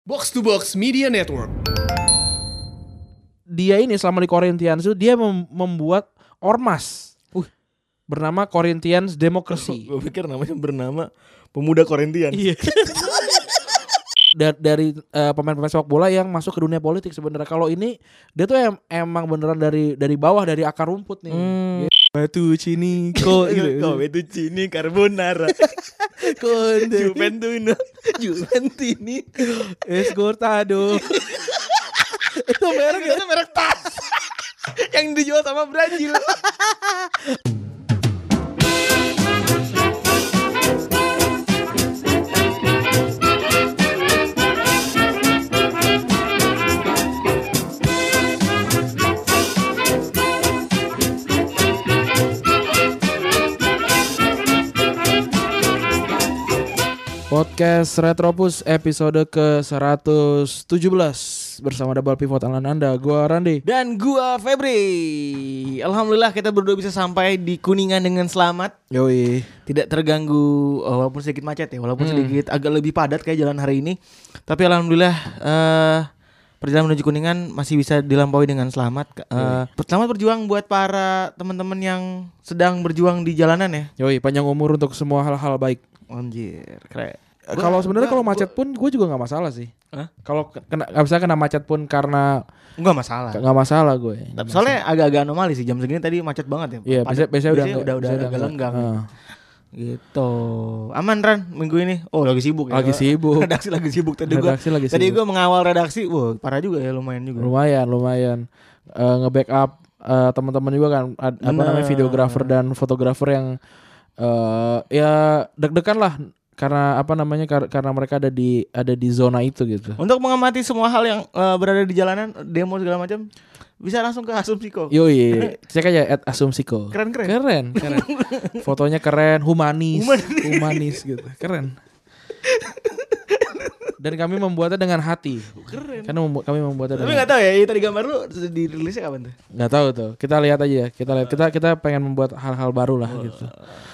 Box to Box Media Network. Dia ini selama di Corinthians itu dia membuat ormas bernama Corinthians Democracy. Gue pikir namanya bernama Pemuda Corinthians. Iya. Dari pemain-pemain sepak bola yang masuk ke dunia politik sebenarnya. Kalau ini dia tuh emang beneran dari bawah, dari akar rumput nih. Batu Cinico gitu. Fettuccine carbonara. Conte Juventini. Escortado. Itu merek ya? Itu merek tas yang dijual sama Brazil. Podcast Retropus episode ke-117 bersama Double Pivot Alan Anda. Gua Randi Dan gua Febri. Alhamdulillah kita berdua bisa sampai di Kuningan dengan selamat. Yoi. Tidak terganggu walaupun sedikit macet ya, walaupun sedikit agak lebih padat kayak jalan hari ini. Tapi alhamdulillah perjalanan menuju Kuningan masih bisa dilampaui dengan selamat. Selamat berjuang buat para teman-teman yang sedang berjuang di jalanan ya. Yoi, panjang umur untuk semua hal-hal baik. Anjir, keren. Kalau sebenarnya kalau macet pun gue juga nggak masalah sih. Kalau kena macet pun karena Enggak masalah. nggak masalah gue. Tapi soalnya agak-agak anomali sih, jam segini tadi macet banget ya. Iya, biasanya udah agak lenggang. Gitu. Aman Ran minggu ini. Oh, lagi sibuk ya. Lagi sibuk. Redaksi lagi sibuk tadi Redaksi gue mengawal redaksi. Wah, parah juga ya, lumayan juga. Lumayan. Nge-backup teman-teman juga kan namanya videografer dan fotografer yang ya deg-degan lah karena karena mereka ada di zona itu gitu. Untuk mengamati semua hal yang berada di jalanan, demo segala macam, bisa langsung ke Asumsiko. Yoi, cek aja @asumsiko. Keren. Fotonya keren, humanis gitu. Keren. Dan kami membuatnya dengan hati. Keren. Karena kami membuatnya Tapi dengan. nggak tahu ya, tadi gambar lu dirilisnya kapan tuh? Nggak tahu tuh. Kita lihat aja ya. Kita pengen membuat hal-hal baru lah gitu.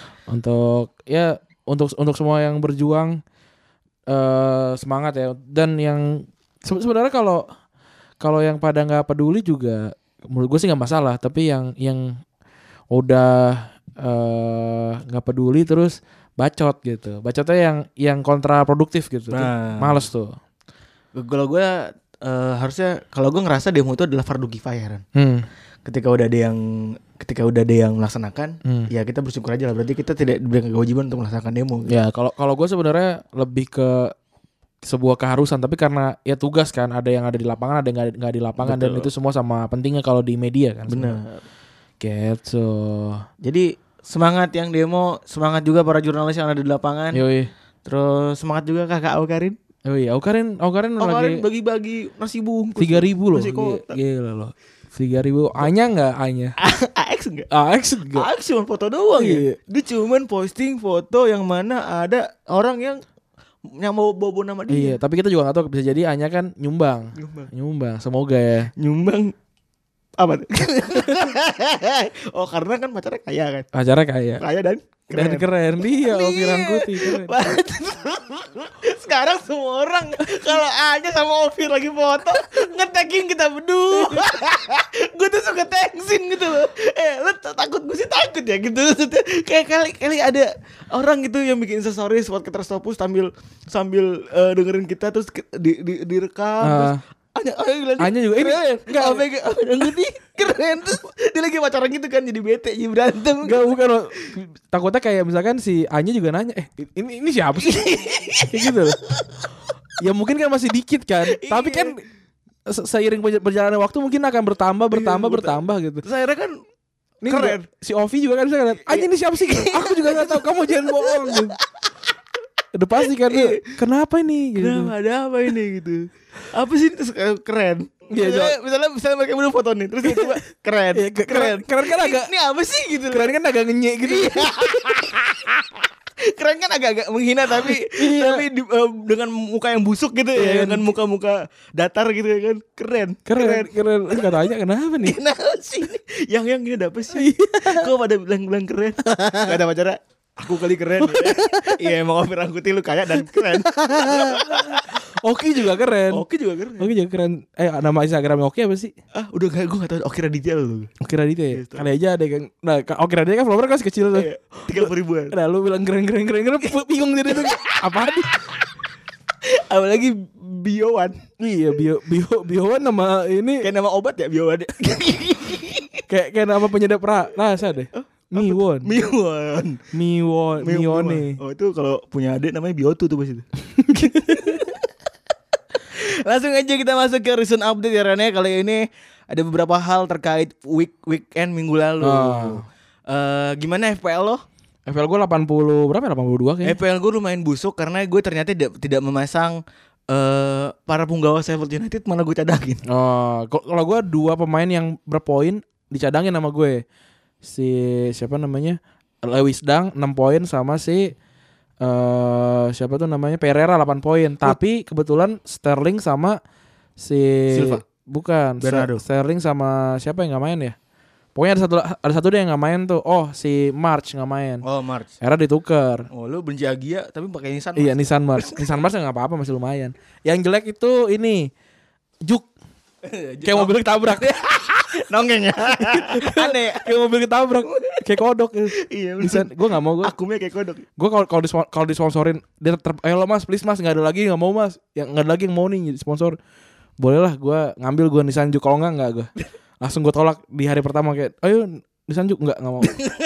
Untuk semua yang berjuang semangat ya. Dan yang sebenarnya kalau yang pada nggak peduli juga menurut gue sih nggak masalah. Tapi yang udah nggak peduli terus bacot gitu. Bacotnya yang kontraproduktif gitu. Males tuh. Kalau gue harusnya, kalau gue ngerasa demo itu adalah fardu kifayah kan. Ketika udah ada yang melaksanakan, ya kita bersyukur aja lah. Berarti kita tidak diberikan kewajiban untuk melaksanakan demo. Gitu. Ya kalau gue sebenarnya lebih ke sebuah keharusan, tapi karena ya tugas kan, ada yang ada di lapangan, ada yang nggak di lapangan. Betul. Dan itu semua sama pentingnya kalau di media kan. Benar. Gitu. Jadi semangat yang demo, semangat juga para jurnalis yang ada di lapangan. Yoi. Terus semangat juga kakak Aukarin. Yoi, Aukarin lagi bagi-bagi nasi bungkus 3.000 loh. Nasi kotak. Gila loh. 3.000. Anya enggak? AX enggak? AX cuma foto doang ya. Dia cuma posting foto yang mana ada orang yang bawa nama dia. Iya, tapi kita juga enggak tahu, bisa jadi Anya kan nyumbang. Semoga ya. Nyumbang apa? Oh, karena kan pacarnya kaya kan. Kaya dan keren. Dia Ovi Rangkuti keren. Sekarang semua orang kalau aja sama Ovi lagi foto nge-tagging kita berdua. Gue tuh suka thanksin gitu loh. Lo takut, gue sih takut ya gitu. Kayak kali ada orang gitu yang bikin instastory buat kita Retropus sambil dengerin kita terus direkam terus Anya juga ini enggak keren tuh dia lagi pacaran gitu kan, jadi bete, jadi berantem. Enggak, bukan loh. Takutnya kayak misalkan si Anya juga nanya, ini siapa sih? Kayak gitu loh. Ya mungkin kan masih dikit kan, tapi kan seiring perjalanan waktu mungkin akan bertambah gitu. Terus akhirnya kan ini keren. Si Ovi juga kan saya lihat, Anya ini siapa sih? Aku juga nggak tahu. Kamu jangan bohong. Gitu. Udah pasti kan, kenapa ini? Gitu. Kenapa ada apa ini gitu? Apa sih keren? Iya, misalnya mereka belum foto nih, terus tiba-tiba keren. Keren kan agak. Ini apa sih gitu? Keren kan agak ngenyek gitu. Keren kan agak menghina tapi dengan muka yang busuk gitu ya, dengan muka-muka datar gitu ya kan. Keren. Enggak tanya kenapa nih? Kenapa sih? Yang ini ada apa sih? Kok pada bilang keren? Gak ada pacarnya? Aku kali keren ya. Iya emang Ovi Rangkuti lu kaya dan keren. Oki juga keren. Oki juga keren. Oki juga keren. Nama Instagramnya Oki apa sih? Udah gak, gue gak tau. Oki Raditya lu. Oki Raditya ya? Kali aja ada kan. Nah Oki Raditya kan follower kan kecil tuh. 30.000-an. Nah lu bilang keren bingung jadi itu apaan? Apalagi Biowan. Iya Biowan nama ini Kayak nama obat ya Biowan. kayak nama penyedap rasa deh. Miwon. Mione. Oh itu kalau punya adik namanya Biotu tuh pas itu. Langsung aja kita masuk ke recent update ya Rene. Kali ini ada beberapa hal terkait weekend minggu lalu. Gimana FPL lo? FPL gue 80 berapa ya? 82 kayaknya. FPL gue lumayan busuk karena gue ternyata tidak memasang para punggawa Sheffield United, malah gue cadangin. Kalau gue 2 pemain yang berpoin dicadangin sama gue. Si siapa namanya? Lewis Dunk 6 poin sama si siapa tuh namanya? Pereira 8 poin. Tapi kebetulan Sterling sama si Silva. Bukan, Bernardo. Sterling sama siapa yang enggak main ya? Pokoknya ada satu deh yang enggak main tuh. Oh, si March enggak main. Oh March. Era ditukar. Oh lu benci Agia tapi pakai Nissan. Iya, Nissan March. Nissan March enggak apa-apa, masih lumayan. Yang jelek itu ini Juk. Kayak mobil ketabrak. Nongeng ya. Aneh. Kayak mobil ketabrak. Kayak kodok. Iya Nissan, gue enggak mau gue. Akumnya kayak kodok. Gue kalau disponsorin dia ayo lo mas, please mas, nggak ada lagi, nggak mau mas, yang nggak ada lagi yang mau nih jadi sponsor, boleh lah gue ngambil gue Nissan Juke, kalau nggak gue langsung gue tolak di hari pertama kayak ayo Nissan Juke, nggak mau.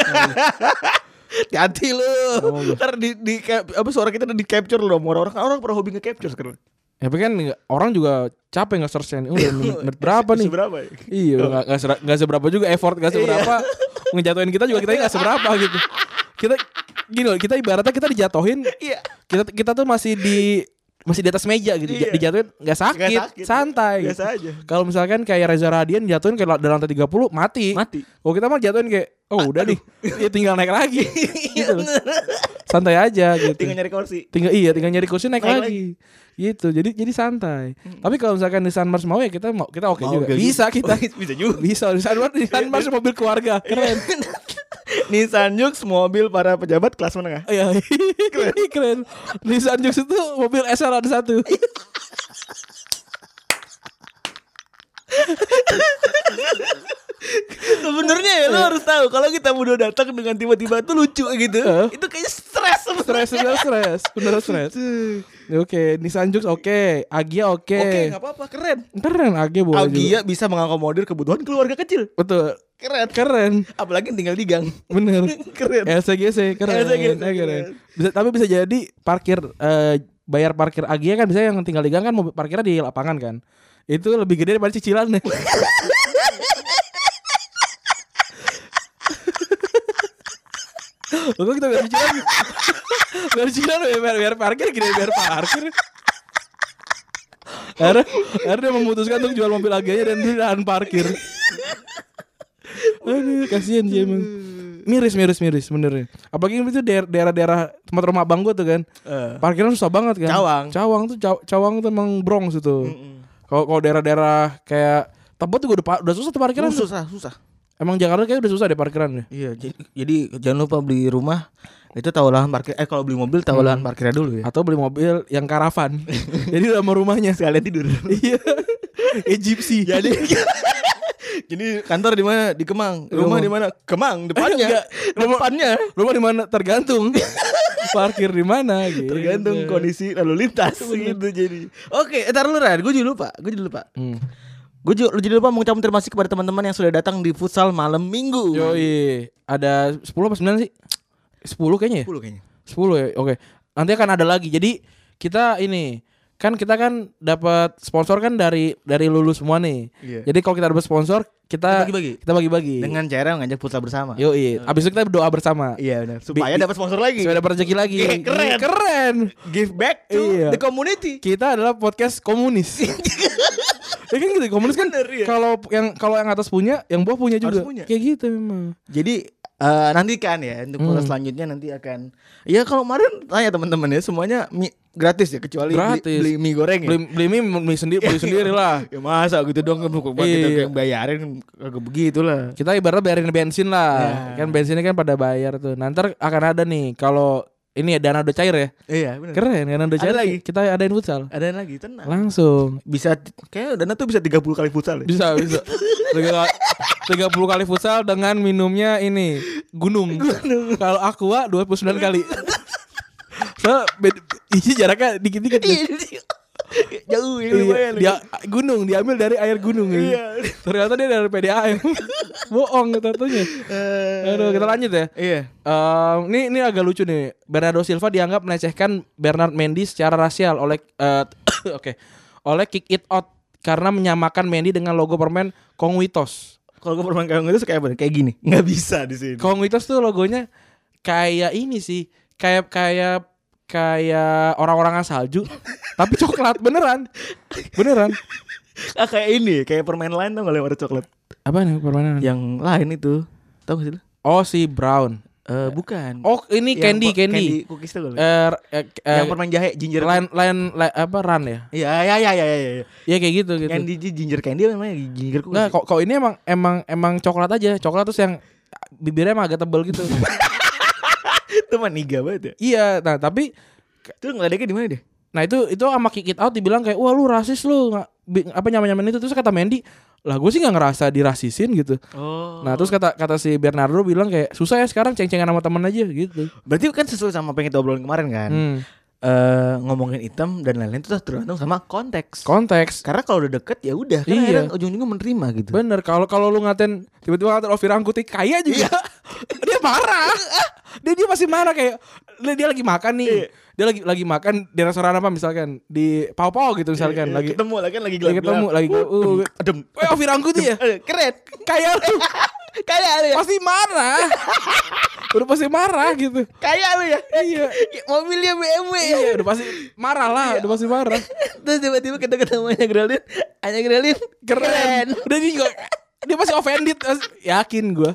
Hati-hati lu. Ntar di apa suara kita udah di capture lu. Orang pernah hobi nge-capture sekarang. Ya tapi kan orang juga capek nge-search udah menit berapa nih? Seberapa ya? Iya nggak seberapa juga effort, nggak seberapa ngejatuhin kita juga kita nggak seberapa gitu. Kita gini loh, kita ibaratnya kita dijatuhin. Iya. Kita tuh masih di atas meja gitu. Iya. Dijatuhin nggak sakit, santai. Biasa gitu. aja. Kalau misalkan kayak Reza Radian jatuhin kayak dalam lantai 30 mati. Kalau kita mah jatuhin kayak udah nih, ya tinggal naik lagi. Gitu. Santai aja gitu. Tinggal nyari kursi. Tinggal nyari kursi naik lagi. Gitu. Jadi santai. Tapi kalau misalkan Nissan Mars mau ya kita oke juga. Bisa kita. Bisa juga. Bisa Nissan Mars mobil keluarga. Keren. Nissan Juke mobil para pejabat kelas menengah. Iya. Keren. Nissan Juke itu mobil SL ada 1. Sebenarnya ya lo harus tahu kalau kita udah datang dengan tiba-tiba tuh lucu gitu. Itu kayaknya stres. Bener stres. Oke, Nissan Juke oke, Agia oke. Oke, enggak apa-apa, keren. Agia boleh Agia juga. bisa mengakomodir kebutuhan keluarga kecil. Betul. Keren. Apalagi tinggal di gang. Bener. Keren. LCGC keren. keren. Tapi bisa jadi parkir bayar parkir Agia kan bisa yang tinggal di gang kan mobil parkirnya di lapangan kan. Itu lebih gede daripada cicilannya. Kok kita bayar cicilan? Bayar cicilan bayar parkir gini bayar parkir. Akhirnya dia memutuskan untuk jual mobil Agianya dan beli lahan parkir. Aduh, kasihan sih emang. Miris bener. Apalagi itu daerah-daerah tempat rumah abang gue tuh kan. Parkiran susah banget kan. Cawang tuh emang Bronx itu. Kalau daerah-daerah kayak Tebet juga udah susah tuh parkiran. Susah. Emang Jakarta kayak udah susah deh parkiran ya. Iya, jadi jangan lupa beli rumah itu tahu lahan parkir. Kalau beli mobil tahu lahan parkirnya dulu ya. Atau beli mobil yang karavan. Jadi sama rumahnya sekalian tidur. Iya. Egypsi. Jadi kantor di mana? Di Kemang. Rumah di mana? Kemang depannya. Depannya. Rumah di mana? Tergantung. Parkir di mana gitu. Tergantung kondisi lalu lintas gitu jadi. Oke, entar lu Ran, gue juga lupa. Gue jadi lupa mengucapkan terima kasih kepada teman-teman yang sudah datang di futsal malam minggu. Yoi, ada 10 apa 9 sih? 10 kayaknya ya? 10 kayaknya. 10 ya, oke. Nanti akan ada lagi. Jadi kita dapat sponsor kan dari lulus semua nih. Iya. Jadi kalau kita dapat sponsor, kita bagi-bagi. Dengan cara ngajak futsal bersama. Yoi, abis itu kita berdoa bersama. Iya benar. Supaya dapat sponsor lagi. Supaya dapat rezeki lagi. Keren. Give back to the community. Kita adalah podcast komunis. Ya kan gitu, komunis kan Bener, iya. kalau yang atas punya, yang bawah punya juga. Harus punya. Kayak gitu memang. Jadi nanti kan ya untuk podcast selanjutnya nanti akan ya kalau kemarin tanya teman-teman ya semuanya mie gratis ya kecuali Gratis. beli mie goreng ya. Beli mie sendiri, beli sendiri lah. Ya masa gitu dong buat kita Iya. kayak bayarin kagak begitulah. Kita ibaratnya bayarin bensin lah. Ya. Kan bensinnya kan pada bayar tuh. Nanti akan ada nih kalau ini ya dana udah cair ya. Iya benar. Keren dana udah Ada cair. lagi? Kita adain futsal. Ada lagi tenang. Langsung. Bisa kayak dana tuh bisa 30 kali futsal ya. Bisa. 30 kali futsal dengan minumnya ini gunung. Kalau aqua 29 kali. So isi jaraknya dikit-dikit. Jauh ya Iya, lumayan. dia gunung diambil dari air gunung. Iya. Ternyata dia dari PDAM. Bohong katanya. Aduh, kita lanjut ya. Iya. Ini agak lucu nih. Bernardo Silva dianggap melecehkan Bernard Mendy secara rasial oleh oleh Kick It Out karena menyamakan Mendy dengan logo permen Kongwitos. Kalau gue permain kayak gitu kayak apa? Kayak gini. Nggak bisa di sini. Kongwitos tuh logonya kayak ini sih, kayak orang-orangan salju, tapi coklat beneran. Kayak ini, kayak permen lain tau nggak yang warna coklat? Apa nih permainan? Yang lain itu, tau gak sih lu? Oh si Brown. Bukan. Oh ini Yang candy. cookies tuh Yang yang permen jahe ginger. lain apa run ya? Iya. Ya kayak gitu. Yang di ginger candy namanya ginger cookies. Nah, kok ini emang coklat aja. Coklat terus yang bibirnya emang agak tebel gitu. Itu mah niga banget ya. Iya, nah tapi Itu ngeledeknya di mana deh? nah itu sama Kick It Out dibilang kayak wah lu rasis lu apa nyamain itu, terus kata Mendy lah gue sih nggak ngerasa dirasisin gitu. Oh. Nah terus kata si Bernardo bilang kayak susah ya sekarang ceng-cengan sama temen aja gitu. Berarti kan sesuai sama apa yang kita obrolin kemarin kan. Ngomongin item dan lain-lain itu tergantung sama konteks. Karena kalau udah deket ya udah. Karena Iya. akhirnya ujung-ujungnya menerima gitu. Bener, kalau lu ngatain tiba-tiba ngatain Ovi Rangkuti kaya juga dia marah. Dia masih marah kayak dia lagi makan nih. Iya. Dia lagi makan di restoran apa misalkan di Pau gitu misalkan lagi ketemu lagi kan lagi ketemu lagi adem. Ovi Rangkuti ya Keren. kaya lu Kayak lu ya. pasti marah. Udah pasti marah gitu. Kayak lu ya. Iya. Mobilnya BMW ya. Iya, udah pasti marah lah, udah pasti marah. Terus tiba-tiba kita ketemu Anya Geraldine Keren. Udah dia masih offended, yakin gua.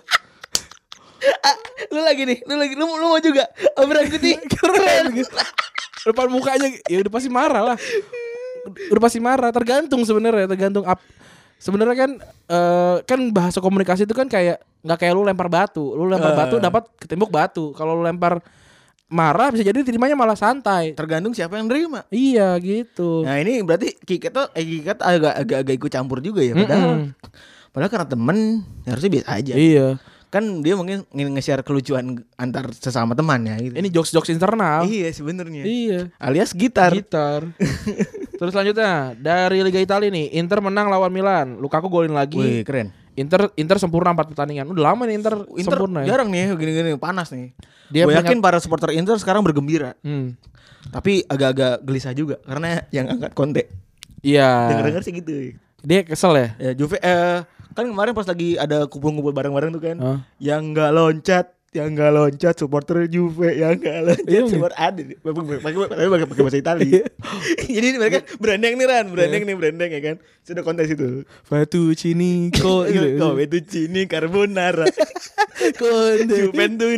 Lu lagi nih, lu mau juga obrolan gede. Keren gitu. Depan mukanya ya udah pasti marah lah. Udah pasti marah, tergantung sebenarnya, sebenarnya kan bahasa komunikasi itu kan kayak nggak kayak lu lempar batu batu dapat ketembok batu. Kalau lu lempar marah bisa jadi terimanya malah santai. Tergantung siapa yang nerima. Iya gitu. Nah ini berarti Kiket agak ikut campur juga ya. Padahal karena temen harusnya biasa aja. Iya. Kan dia mungkin ingin nge-share kelucuan antar sesama teman ya gitu. Ini jokes internal. Iya sebenarnya. Iya. Alias gitar. Terus selanjutnya dari Liga Italia nih, Inter menang lawan Milan. Lukaku golin lagi. Wih keren. Inter sempurna 4 pertandingan. Udah lama nih Inter sempurna ya. Jarang nih gini-gini panas nih. Dia Gue yakin para supporter Inter sekarang bergembira. Tapi agak-agak gelisah juga karena yang angkat Conte. Iya. Dengar-dengar sih gitu. Dia kesel ya? Ya Juve kan kemarin pas lagi ada kumpul-kumpul bareng-bareng tuh kan. Yang enggak loncat supporter Juve yang enggak loncat supporter ada pakai bahasa Italia. Jadi mereka branding ya kan. Sudah kontes itu. Fettuccine Fettuccine carbonara. Conte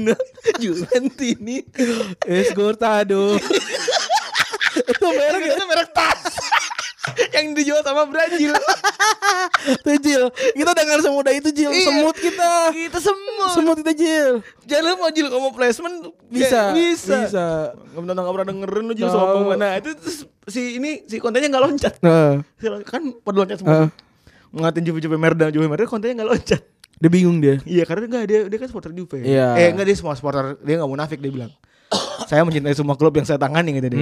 Juventini Escortado. Itu merek tas. Yang dijual sama Brazil. Tuh Jil, kita dengar semudah itu Jil. Iya. Semut kita Semut kita Jil. Jangan lupa Jil, kamu placement Bisa. Gak pernah dengerin lu Jil sombong mana. Itu si kontennya gak loncat. Kan pada loncat semua. Ngatain Juve merda kontennya gak loncat. Dia bingung dia. Iya karena dia kan supporter Juve. Iya. Enggak, dia semua supporter. Dia gak munafik, dia bilang saya mencintai semua klub yang saya tangani gitu dia.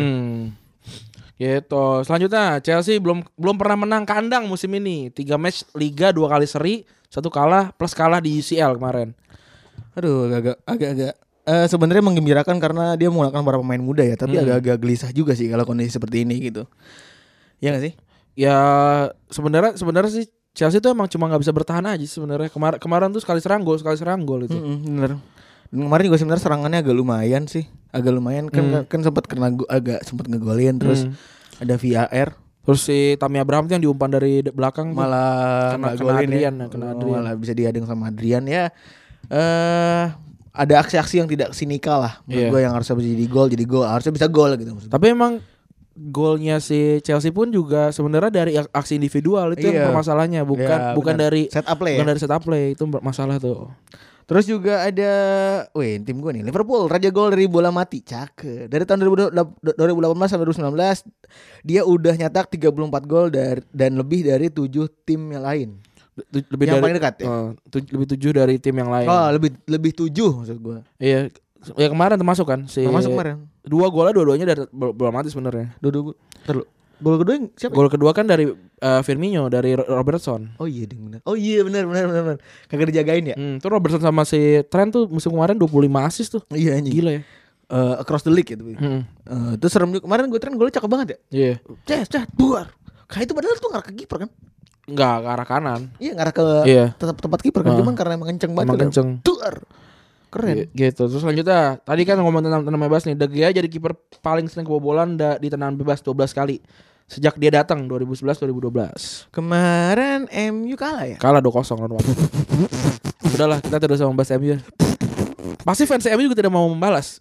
Gitu. Selanjutnya Chelsea belum pernah menang kandang musim ini. 3 match Liga 2 kali seri, 1 kalah plus kalah di UCL kemarin. Aduh agak sebenarnya menggembirakan karena dia menggunakan para pemain muda ya, tapi agak-agak gelisah juga sih kalau kondisi seperti ini gitu. Iya gak sih? Ya sebenarnya sih Chelsea tuh emang cuma nggak bisa bertahan aja sebenarnya. Kemarin tuh sekali serang gol itu. Bener. Dan kemarin juga sebenarnya serangannya agak lumayan sih. Kan sempat sempat ngegolin terus ada VAR Terus si Tammy Abraham tuh yang diumpan dari belakang tuh. Malah Kena nggak golin Adrian, ya. kena Oh, Adrian. malah bisa diadeng sama Adrian ya. Ada aksi-aksi yang tidak sinikal lah menurut Iya. gue, yang harusnya jadi gol, harusnya bisa gol gitu maksudnya. Tapi emang golnya si Chelsea pun juga sebenarnya dari aksi individual itu Iya. yang permasalahannya, bukan benar. dari set up play. bukan Ya? dari setup play, itu masalah tuh. Terus juga ada, tim gue nih, Liverpool, raja gol dari bola mati, cakep. Dari tahun 2018 sampai 2019 dia udah nyetak 34 gol dan lebih dari 7 tim yang lain. Lebih Yang dari paling dekat ya? lebih 7 dari tim yang lain. Oh, lebih 7 maksud gue. Iya. Ya kemarin termasuk kan si Termasuk kemarin. dua-duanya dari bola mati sebenarnya. Gol kedua yang siapa? Gol kedua kan dari Firmino, dari Robertson. Oh iya ding, benar. Oh iya benar. Kagak dijagain ya? Tuh Robertson sama si Trent tuh musim kemarin 25 assist tuh. Iya anjing. Gila ya. Across the league gitu. Itu serem juga. Kemarin gue Trent golnya cakep banget ya. Iya. Cet, buar. Kayak itu padahal tuh ngarah ke kiper kan? Enggak ke arah kanan. Iya, ngarah ke Iya. tempat kiper kan, cuman karena emang kenceng banget. Emang kan. kenceng. Duar. Keren. Gitu. Terus selanjutnya, tadi kan ngomong tentang bebas nih. De Gea jadi kiper paling sering kebobolan di tendangan bebas 12 kali sejak dia datang 2011-2012. Kemarin MU kalah ya? Kalah 2-0 lawan Watford. Udahlah, kita tidak usah membahas MU. Pasti fans MU juga tidak mau membahas.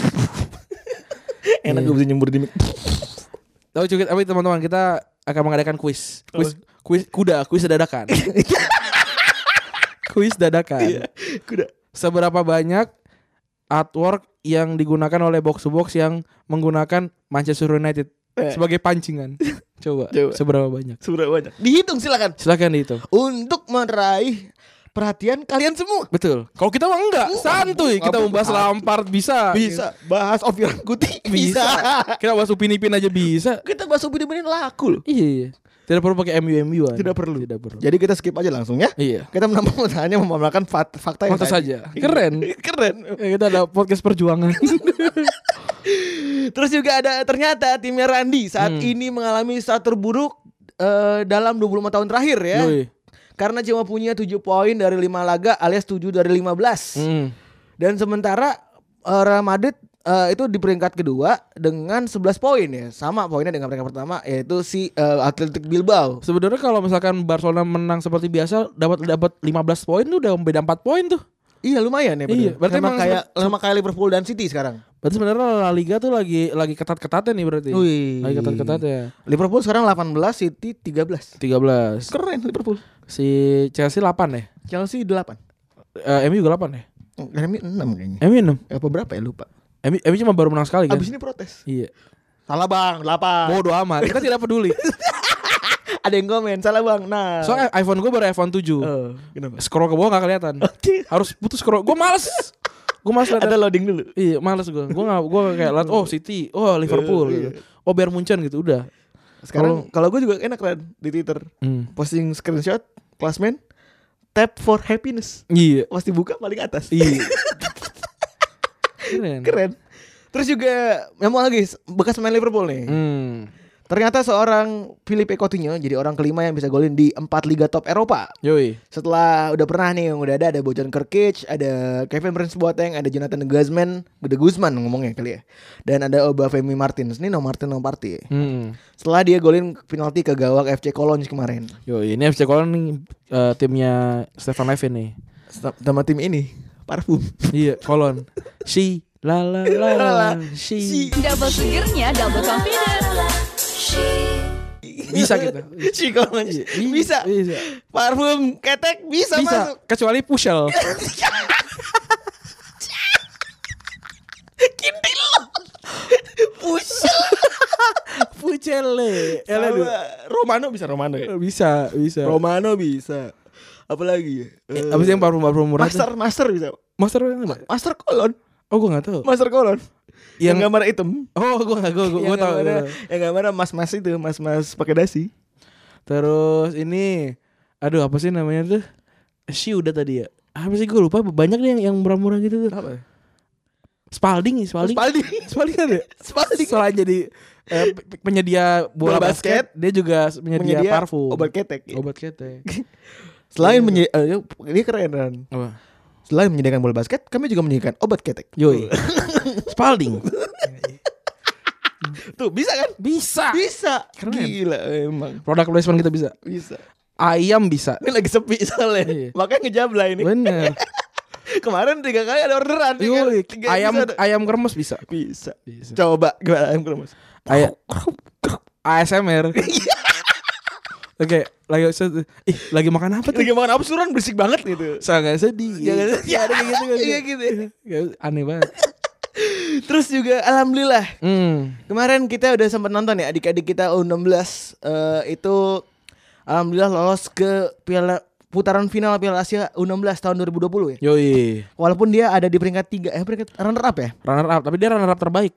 Enak gue bisa nyembur di mic. Tahu juga apa teman-teman, kita akan mengadakan kuis dadakan. Kuis dadakan. Iya, kuda. Seberapa banyak artwork yang digunakan oleh box to box yang menggunakan Manchester United sebagai pancingan? Coba. Seberapa banyak? Seberapa banyak? Dihitung silakan. Silakan dihitung. Untuk meraih perhatian kalian semua. Betul. Kalau kita mah enggak, santuy. Kita membahas Lampard bisa. Bisa. Bahas Ovi Rangkuti bisa. Kita bahas Upin Ipin aja bisa. Kita bahas Ovi Rangkuti laku loh. Iya. Tidak perlu pakai MU-an. Tidak perlu. Jadi kita skip aja langsung ya. Iya. Kita hanya memamerkan fakta yang Fakta tadi. saja. Keren. Keren. Kita ada podcast perjuangan. Terus juga ada ternyata timnya Randy saat ini mengalami start terburuk dalam 25 tahun terakhir ya. Yoi. Karena cuma punya 7 poin dari 5 laga alias 7 dari 15. Dan sementara Real Madrid itu di peringkat kedua dengan 11 poin ya. Sama poinnya dengan peringkat pertama, yaitu si Athletic Bilbao. Sebenarnya kalau misalkan Barcelona menang seperti biasa dapat 15 poin tuh udah beda 4 poin tuh. Iya lumayan ya. Iya, berarti sama kayak Liverpool dan City sekarang. Berarti sebenarnya La Liga tuh lagi ketat-ketatnya nih berarti. Wih. Lagi ketat-ketatnya. Liverpool sekarang 18, City 13. 13. Keren Liverpool. Si Chelsea 8 ya? Chelsea 8. MU juga 8 ya? MU 6 kayaknya. MU 6. Apa berapa ya lupa. MU cuma baru menang sekali kan? Abis ini protes. Iya. Salah bang, 8. Bodoh amat. Kita tidak peduli. Ada yang komen, salah bang. Nah. Soalnya iPhone gue baru iPhone 7. Kenapa? Scroll ke bawah gak kelihatan. Harus putus scroll. Gue males. Liat. Ada loading dulu. Iya, males gue. Gue kayak liat City, Liverpool gitu. Bayern Munchen gitu, udah. Sekarang kalau gue juga enak kan di Twitter. Posting screenshot klasmen, tap for happiness. Iya. Pasti buka paling atas. Iya. Keren. Terus juga yang mau lagi bekas pemain Liverpool nih. Ternyata seorang Philippe Coutinho jadi orang kelima yang bisa golin di 4 liga top Eropa. Yoi. Setelah udah pernah nih yang udah ada Bojan Krkic, ada Kevin Prince Boateng, ada Jonathan De Guzman ngomongnya kali ya. Dan ada Obafemi Martins. Ini Martin Partey. Setelah dia golin penalti ke gawang FC Cologne kemarin. Yoi, ini FC Cologne nih timnya Stefan Levin nih. Sama tim ini, Parfum. Iya, Cologne. La la la la. Double segernya, double confidence. Bisa kita. Si Cologne. Bisa. Parfum ketek bisa masuk. Kecuali Pushel. Kintil. Pushel. Romano bisa ya? Bisa. Romano bisa. Apalagi ya? Apa sih yang parfum murah? Master bisa. Master yang mana? Master Cologne. Oh, gue enggak tahu. Master Cologne. Yang gambar hitam. Oh, gue tahu. Yang gambar mas-mas itu, mas-mas pakai dasi. Terus ini, aduh apa sih namanya tuh? Udah tadi ya. Apa sih gue lupa. Banyak nih yang murah-murah gitu tuh. Apa? Spalding kan ya? Spalding. Selain jadi penyedia bola basket, dia juga penyedia parfum. Obat ketek. Selain dia keren kan. Apa? Selain menyediakan bola basket, kami juga menyediakan obat ketek. Yoi. Spalding. Tuh bisa kan? Bisa. Bisa. Keren. Gila emang. Product placement kita bisa. Bisa. Ayam bisa. Ini lagi sepi soalnya. Iya. Makanya ngejabla ini. Bener. Kemarin 3 kali ada orderan. Yoi, 3 ayam kremes bisa. bisa. Bisa. Coba gimana ayam kremes? Ayam ASMR. Oke, lagi makan apa tuh? Lagi makan apa sih orang berisik banget gitu. Sangat sedih. Ya ada kayak gitu kan. Iya gitu. Aneh banget. Terus juga alhamdulillah kemarin kita udah sempat nonton ya adik-adik kita U16 itu alhamdulillah lolos ke putaran final Piala Asia U16 tahun 2020 ya. Yoi. Walaupun dia ada di peringkat 3 peringkat runner up ya. Runner up, tapi dia runner up terbaik.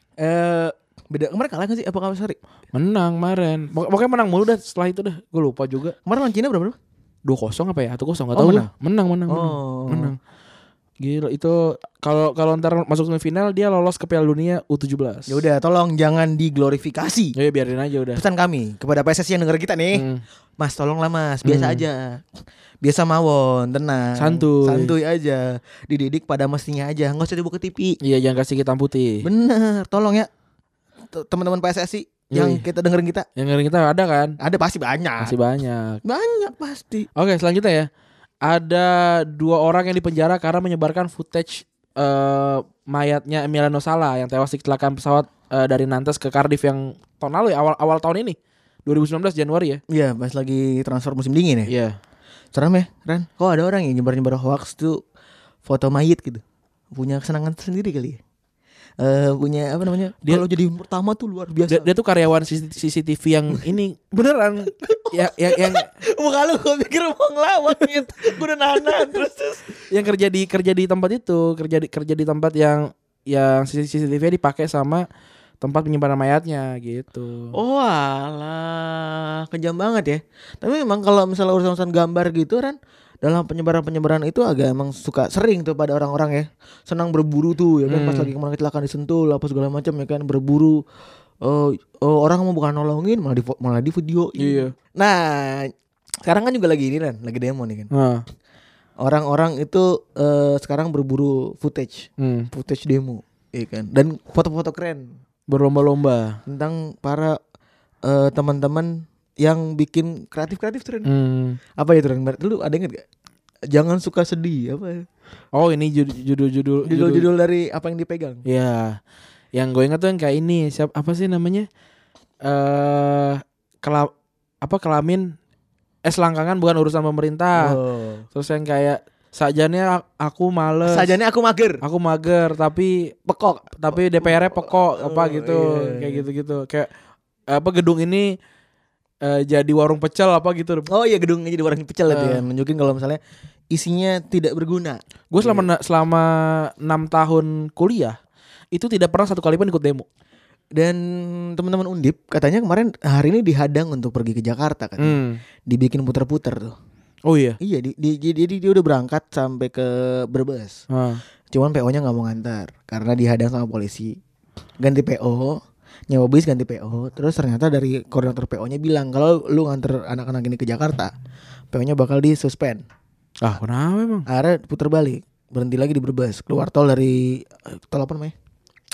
Beda kemarin kalah kan sih apa kalah seri? Menang kemarin. Pokoknya menang mulu dah setelah itu dah. Gue lupa juga. Kemarin lawan Cina berapa? 2-0 apa ya? 1-0 enggak tahu. Menang. Oh. Menang. Gila itu kalau ntar masuk semifinal dia lolos ke Piala Dunia U17. Ya udah tolong jangan diglorifikasi. Ya biarin aja udah. Pesan kami kepada PSSI yang denger kita nih. Mas tolonglah Mas, biasa aja. Biasa mawon, tenang. Santuy aja. Dididik pada mestinya aja, enggak usah dibuka TV. Iya, jangan kasih hitam putih. Bener, tolong ya. Teman-teman PSSI yang kita dengerin kita. Yang dengerin kita ada kan? Ada pasti banyak. Masih banyak. Banyak pasti. Oke, selanjutnya ya. Ada 2 orang yang dipenjara karena menyebarkan footage mayatnya Emiliano Sala yang tewas di kecelakaan pesawat dari Nantes ke Cardiff yang tahun lalu ya, awal tahun ini. 2019 Januari ya. Iya, pas lagi transfer musim dingin ya. Iya. Serem ya, Ran. Kok ada orang yang nyebar-nyebar hoax tuh foto mayit gitu. Punya kesenangan sendiri kali ya. Punya apa namanya? Dia kalau jadi pertama tuh luar biasa. Dia tuh karyawan CCTV yang ini beneran yang muka lu gue pikir mau ngelawan gitu. Gue udah nahan terus. Yang kerja di tempat itu, kerja di tempat yang CCTV dipakai sama tempat penyimpanan mayatnya gitu. Oh alah, kejam banget ya. Tapi memang kalau misalnya urusan gambar gitu kan dalam penyebaran itu agak emang suka sering tuh pada orang-orang ya. Senang berburu tuh ya kan pas lagi kemarin kecelakaan di Sentul apa segala macam ya kan berburu. Orang mau bukan nolongin malah di video. Iya. Nah, sekarang kan juga lagi ini kan, lagi demo nih kan. Orang-orang itu sekarang berburu footage demo, ya kan. Dan foto-foto keren. Berlomba-lomba tentang para teman-teman yang bikin kreatif tren. Apa ya tren? Lu ada inget gak? Jangan suka sedih apa? Oh ini judul dari apa yang dipegang? Ya, yang gue ingat tuh yang kayak ini apa sih namanya? Kelamin selangkangan bukan urusan pemerintah. Terus yang kayak sajanya aku males. Sajanya aku mager. Aku mager tapi pekok. Tapi DPR-nya pekok apa gitu. Iya. Kayak gitu-gitu. Kayak apa gedung ini jadi warung pecel apa gitu. Oh iya gedungnya jadi warung pecel itu ya. Nunjukin kalau misalnya isinya tidak berguna. Gue selama 6 tahun kuliah itu tidak pernah satu kali pun ikut demo. Dan teman-teman Undip katanya kemarin hari ini dihadang untuk pergi ke Jakarta kan. Dibikin puter-puter tuh. Oh iya. Iya, dia udah berangkat sampai ke Brebes. Cuman PO-nya nggak mau ngantar karena dihadang sama polisi. Ganti PO, nyewa bis ganti PO. Terus ternyata dari koordinator PO-nya bilang kalau lu nganter anak-anak ini ke Jakarta, PO-nya bakal disuspend. Ah, kenapa emang? Akhirnya puter balik, berhenti lagi di Brebes, keluar tol dari tol apa namanya?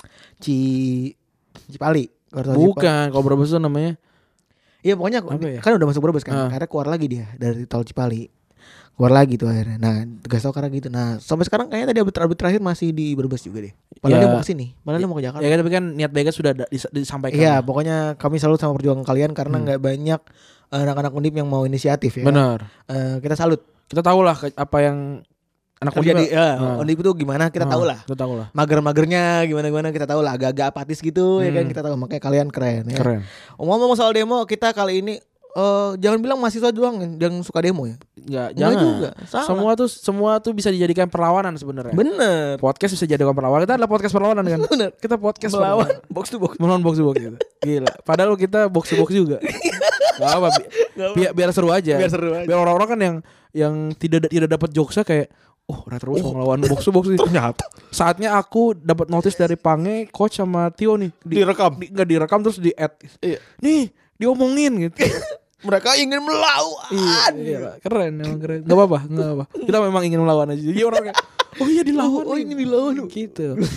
Cipali. Bukan, kalau Brebes itu namanya. Iya pokoknya ya? Kan udah masuk Brebes kan. Akhirnya keluar lagi dia dari tol Cipali. Keluar lagi tuh akhirnya. Nah, gas tau karena gitu. Nah, sampai sekarang kayaknya tadi update terakhir masih di Brebes juga deh. Padahal dia mau kesini. Padahal dia mau ke Jakarta. Ya tapi kan niat baiknya sudah disampaikan. Iya, pokoknya kami salut sama perjuangan kalian karena nggak banyak anak-anak Undip yang mau inisiatif ya. Benar. Kita salut. Kita tahu lah apa yang anak Undip Undip itu gimana kita tahu lah. Kita tahu lah. Mager-magernya gimana kita tahu lah. Agak-agak apatis gitu ya kan kita tahu. Makanya kalian keren ya. Keren. Ngomong soal demo kita kali ini jangan bilang mahasiswa doang yang suka demo ya. Jangan juga. Semua tuh bisa dijadikan perlawanan sebenarnya. Bener. Podcast bisa dijadikan perlawanan. Kita adalah podcast perlawanan kan. Bener. Kita podcast melawan box to box. Melawan box to box gitu. Gila. Padahal kita box to box juga. Gak apa. Biar seru aja. Biar orang-orang kan yang tidak dapat jokesnya kayak terus mau ngelawan box to box nih. Ternyata saatnya aku dapat notice dari Pange, coach sama Tio nih nggak direkam terus di add. Iya. Nih diomongin gitu. Mereka ingin melawan. Iya, keren emang keren. Gak apa-apa. Kita memang ingin melawan aja. Jadi orang kayak, oh iya dilawan. Oh ingin dilawan gitu.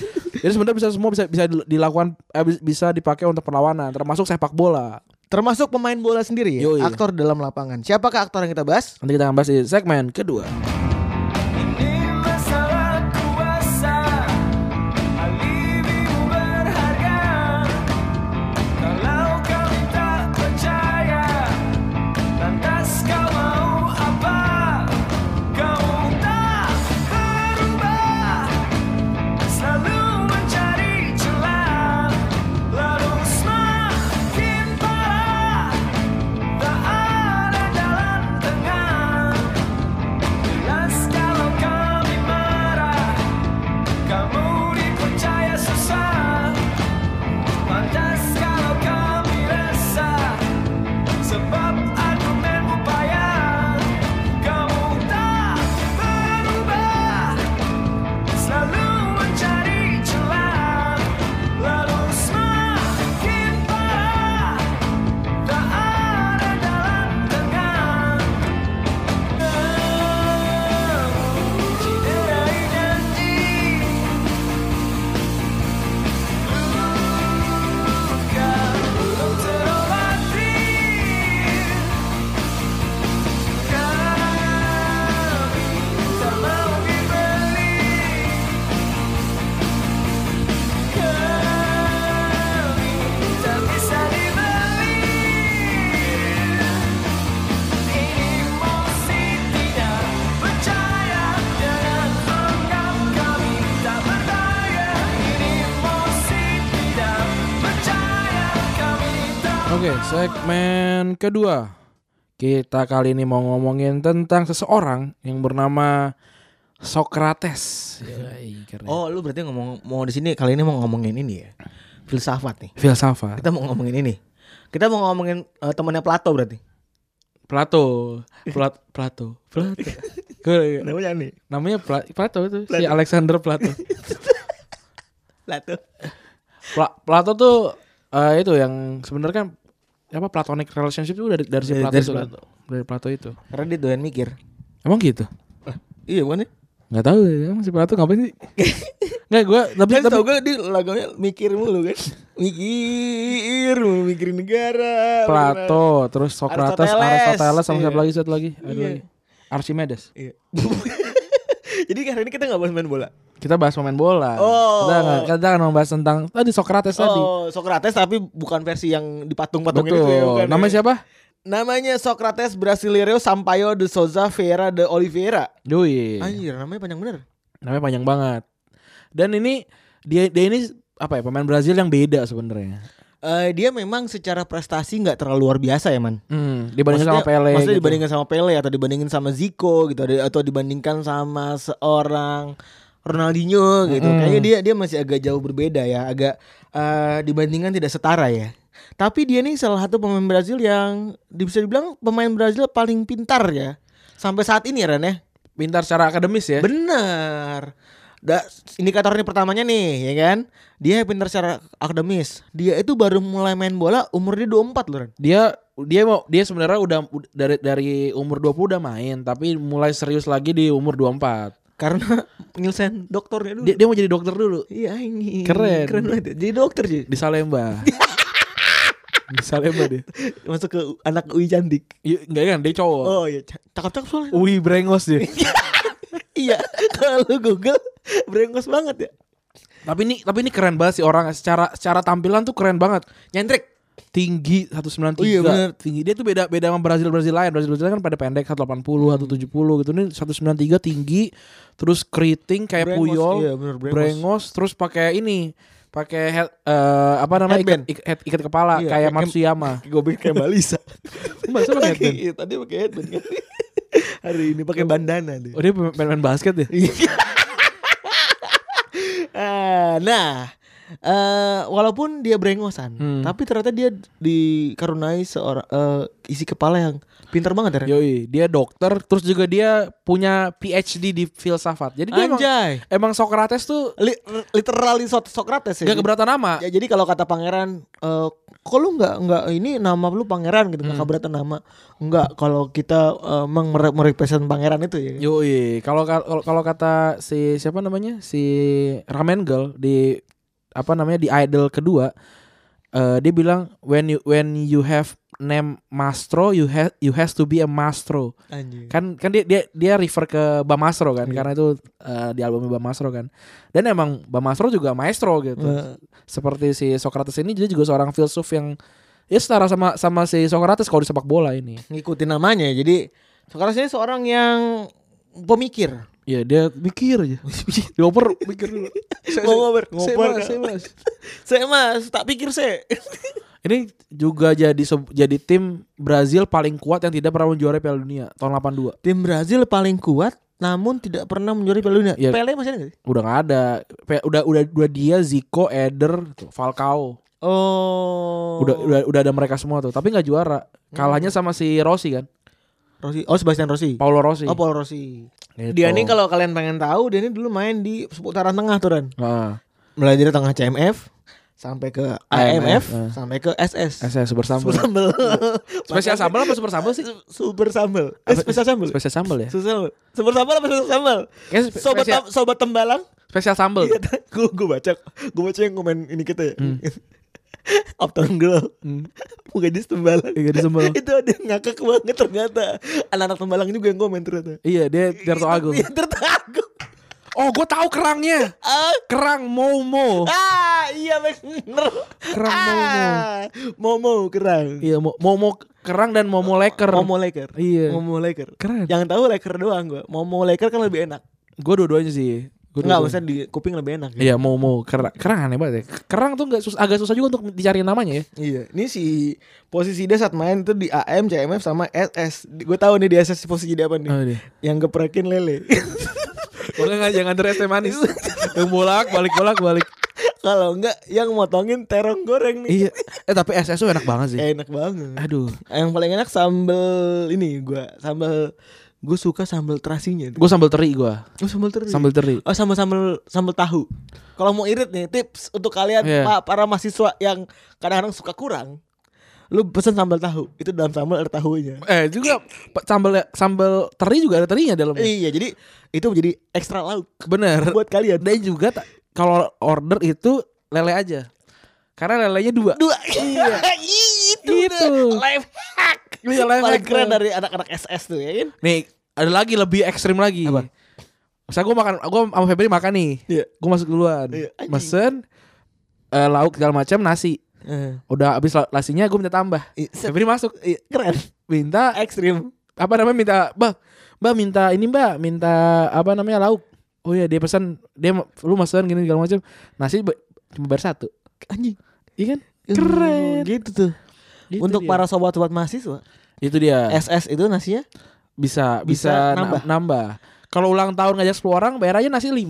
Jadi sebenarnya bisa dilakukan bisa dipakai untuk perlawanan, termasuk sepak bola. Termasuk pemain bola sendiri ya, Yoi. aktor dalam lapangan. Siapakah aktor yang kita bahas? Nanti kita akan bahas di segmen kedua. Ini masalah kuasa, alibimu berharga. Kalau kau tak percaya, lantas kau mau apa? Kau tak berubah, selalu mencari celah, lalu semakin parah. Tak ada jalan tengah. Jelas kalau kami marah, kamu dipercaya susah. Lantas kalau kami resah, sebab argumenmu payah. Kamu tak berubah, selalu mencari celah, lalu semakin parah. Tak ada jalan tengah. Cederai janji, luka belum terobati. Kami tak mau dibeli, kami tak bisa dibeli. Emosi tidak percaya, jangan anggap kami tak berdaya. Emosi tidak percaya, kami tak. Oke, segmen kedua. Kita kali ini mau ngomongin tentang seseorang yang bernama Socrates. Yoi, keren. Oh, lu berarti mau di sini kali ini mau ngomongin ini ya. Filsafat nih. Filsafat. Kita mau ngomongin ini. Kita mau ngomongin temannya Plato berarti. Plato. Namanya nih. Namanya Plato itu si Alexander Plato. Plato. Plato tuh itu yang sebenarnya kan apa platonic relationship itu dari si Plato Dari itu. Plato. Dari Plato itu. Karena dia doyan mikir. Emang gitu? Iya bukan ya? Nggak tahu ya, emang si Plato ngapain sih? Nggak, gue Kan tau gue di lagunya mikir mulu kan. Mikir mulu, mikirin negara. Plato, terus Socrates, Aristoteles sama Iya. siapa lagi satu lagi? Ada Iya. lagi. Archimedes. Iya. Jadi hari ini kita gak bahas main bola. Kita bahas pemain bola. Oh. Kita akan membahas tentang tadi Socrates tadi. Oh, Socrates tapi bukan versi yang dipatung-patungin itu ya, Betul. bukan Namanya ya? siapa? Namanya Socrates Brasileiro Sampaio de Souza Vieira de Oliveira. Doi. Anjir, namanya panjang bener. Namanya panjang banget. Dan ini dia ini apa ya, pemain Brazil yang beda sebenarnya. Dia memang secara prestasi nggak terlalu luar biasa ya man. Dibandingin sama Pele. Maksudnya gitu. dibandingkan sama Pele atau dibandingin sama Zico gitu, atau dibandingkan sama seorang Ronaldinho gitu. Kayaknya dia masih agak jauh berbeda ya, agak dibandingkan tidak setara ya. Tapi dia nih salah satu pemain Brazil yang bisa dibilang pemain Brazil paling pintar ya sampai saat ini ya Ran ya. Pintar secara akademis ya. Benar. Indikator ini pertamanya nih ya kan. Dia pintar secara akademis. Dia itu baru mulai main bola umur dia 24 loh Ran. Dia sebenarnya udah dari umur 20 udah main, tapi mulai serius lagi di umur 24. Karena penyelesaian doktornya dulu. Dia mau jadi dokter dulu Iya ini Keren. banget ya. Jadi dokter sih. di Salemba. Di Salemba dia. Masuk ke anak UI cantik. Enggak kan, dia cowok. Oh iya, cakep-cakep soalnya. Wih, brengos dia. Iya, kalau lu Google brengos banget ya. Tapi ini keren banget sih orang secara tampilan tuh keren banget. Nyentrik. Tinggi 193. Oh iya, bener. Tinggi dia tuh beda sama Brazil lain. Brazil kan pada pendek 180, 170 gitu. Ini 193 tinggi, terus keriting kayak Brengos, Puyol, iya, bener, brengos, terus pakai apa namanya Headband. ikat kepala Iya, kayak kayak- Matsuyama. Gue pikir kayak Balisa. Masa pakai headband? Iya, tadi pakai headband kan. Hari ini pakai bandana deh. Oh, dia main basket ya? Walaupun dia brengosan, tapi ternyata dia dikaruniai seorang isi kepala yang pintar banget ya. Yoi, dia dokter, terus juga dia punya PhD di filsafat. Jadi dia Anjay. emang Socrates tuh Literally Socrates ya. gak keberatan nama. Ya, jadi kalau kata pangeran, kok lu nggak ini nama lu pangeran gitu, nggak keberatan nama. Enggak, kalau kita merepresent pangeran itu ya. Yoi, kalau kata si siapa namanya, si Ramen Girl di apa namanya di Idol kedua, dia bilang when you have name Mastro, you has to be a Mastro. Anjing. Kan dia refer ke Bam Mastro kan, karena itu di albumnya Bam Mastro kan. Dan emang Bam Mastro juga maestro gitu. Seperti si Socrates ini dia juga seorang filsuf yang ya setara sama si Socrates kalau di sepak bola ini. Ngikutin namanya. Jadi Socrates ini seorang yang pemikir. Ya dia mikir aja. Dioper mikir dulu. Ngoper. Saya mas, tak pikir saya. Ini juga jadi tim Brazil paling kuat yang tidak pernah menjuarai Piala Dunia tahun 82. Tim Brazil paling kuat namun tidak pernah menjuarai Piala Dunia. Ya. Pele masih ada nggak sih? Udah nggak ada. Udah dia, Zico, Eder, Falcao. Oh. Udah ada mereka semua tuh. Tapi nggak juara. Kalahnya sama si Rossi kan. Rossi. Oh, Sebastian Rossi. Paulo Rossi. Oh, Paul Rossi. Gitu. Dia ini kalau kalian pengen tahu, dia ini dulu main di seputaran tengah tuh Ran. Nah, Mulai dari tengah CMF sampai ke AMF, sampai ke SS. Super Sambal. Super sambel. Spesial sambal apa super sambal sih? Super sambel. Spesial sambel. Spesial sambal ya. Super sambel apa spesial sambel? Kayaknya Sobat tembalang. spesial sambal. Iya, gue baca yang komen ini kita ya. Uptown Girl, gadis tembalang. Gadis tembalang. Itu ada yang ngakak banget ternyata. Anak-anak tembalang juga yang komen ternyata. Iya, dia Tirto Agung. Iya, Tirto Agung. Oh, gue tahu kerangnya. Kerang Momo. Iya bener. Kerang Momo. Momo kerang. Iya, Momo kerang dan Momo leker. Momo leker. Iya. Momo leker. Keren. Yang tahu leker doang gue. Momo leker kan lebih enak. Gue dua-duanya sih. Enggak, maksudnya di kuping lebih enak. Iya, Momo kerang aneh banget ya. Kerang tuh agak susah juga untuk dicari namanya ya. Iya, ini si posisi dia saat main tuh di AM, CMF sama SS. Gue tahu nih di SS posisi dia apa nih. Oh, dia. Yang geprekin lele. Makanya jangan terus teh manis. Yang balik. Kalau enggak yang motongin terong goreng nih. Iya. Tapi SS tuh enak banget sih. Enak banget. Aduh. Yang paling enak sambal ini gue suka sambal terasinya. Gue sambal teri gue. Oh, sambal teri. Sambal teri. Oh, sambal tahu. Kalau mau irit nih, tips untuk kalian para mahasiswa yang kadang-kadang suka kurang. Lu pesen sambal tahu. Itu dalam sambal ada tahunya. Juga sambal teri juga ada terinya dalamnya. Iya, jadi itu menjadi ekstra lauk. Bener. Buat kalian. Dan juga kalau order itu lele aja. Karena lelenya 2. Iya. Itu life hack. Iya, life paling hack keren tuh. dari anak-anak SS tuh ya kan. Nih, ada lagi lebih ekstrim lagi. Apa? Misalnya gue sama Febri makan nih. Iya. Gue masuk duluan. Iya, anjing. Mesen lauk segala macam, nasi. Udah habis nasinya gue minta tambah. Febri masuk. Iya, keren. Minta Ekstrim. apa namanya minta Mbak minta ini Mbak, minta apa namanya lauk. Oh iya, dia pesan, lu mesen gini segala macam. Nasi cuma bayar 1. Anjing. Iya kan? Keren. Gitu tuh. Gitu Untuk dia. para sobat-sobat mahasiswa, Itu dia. SS itu nasinya Bisa nambah. nambah. Kalau ulang tahun ngajak 10 orang, bayar aja nasi 5.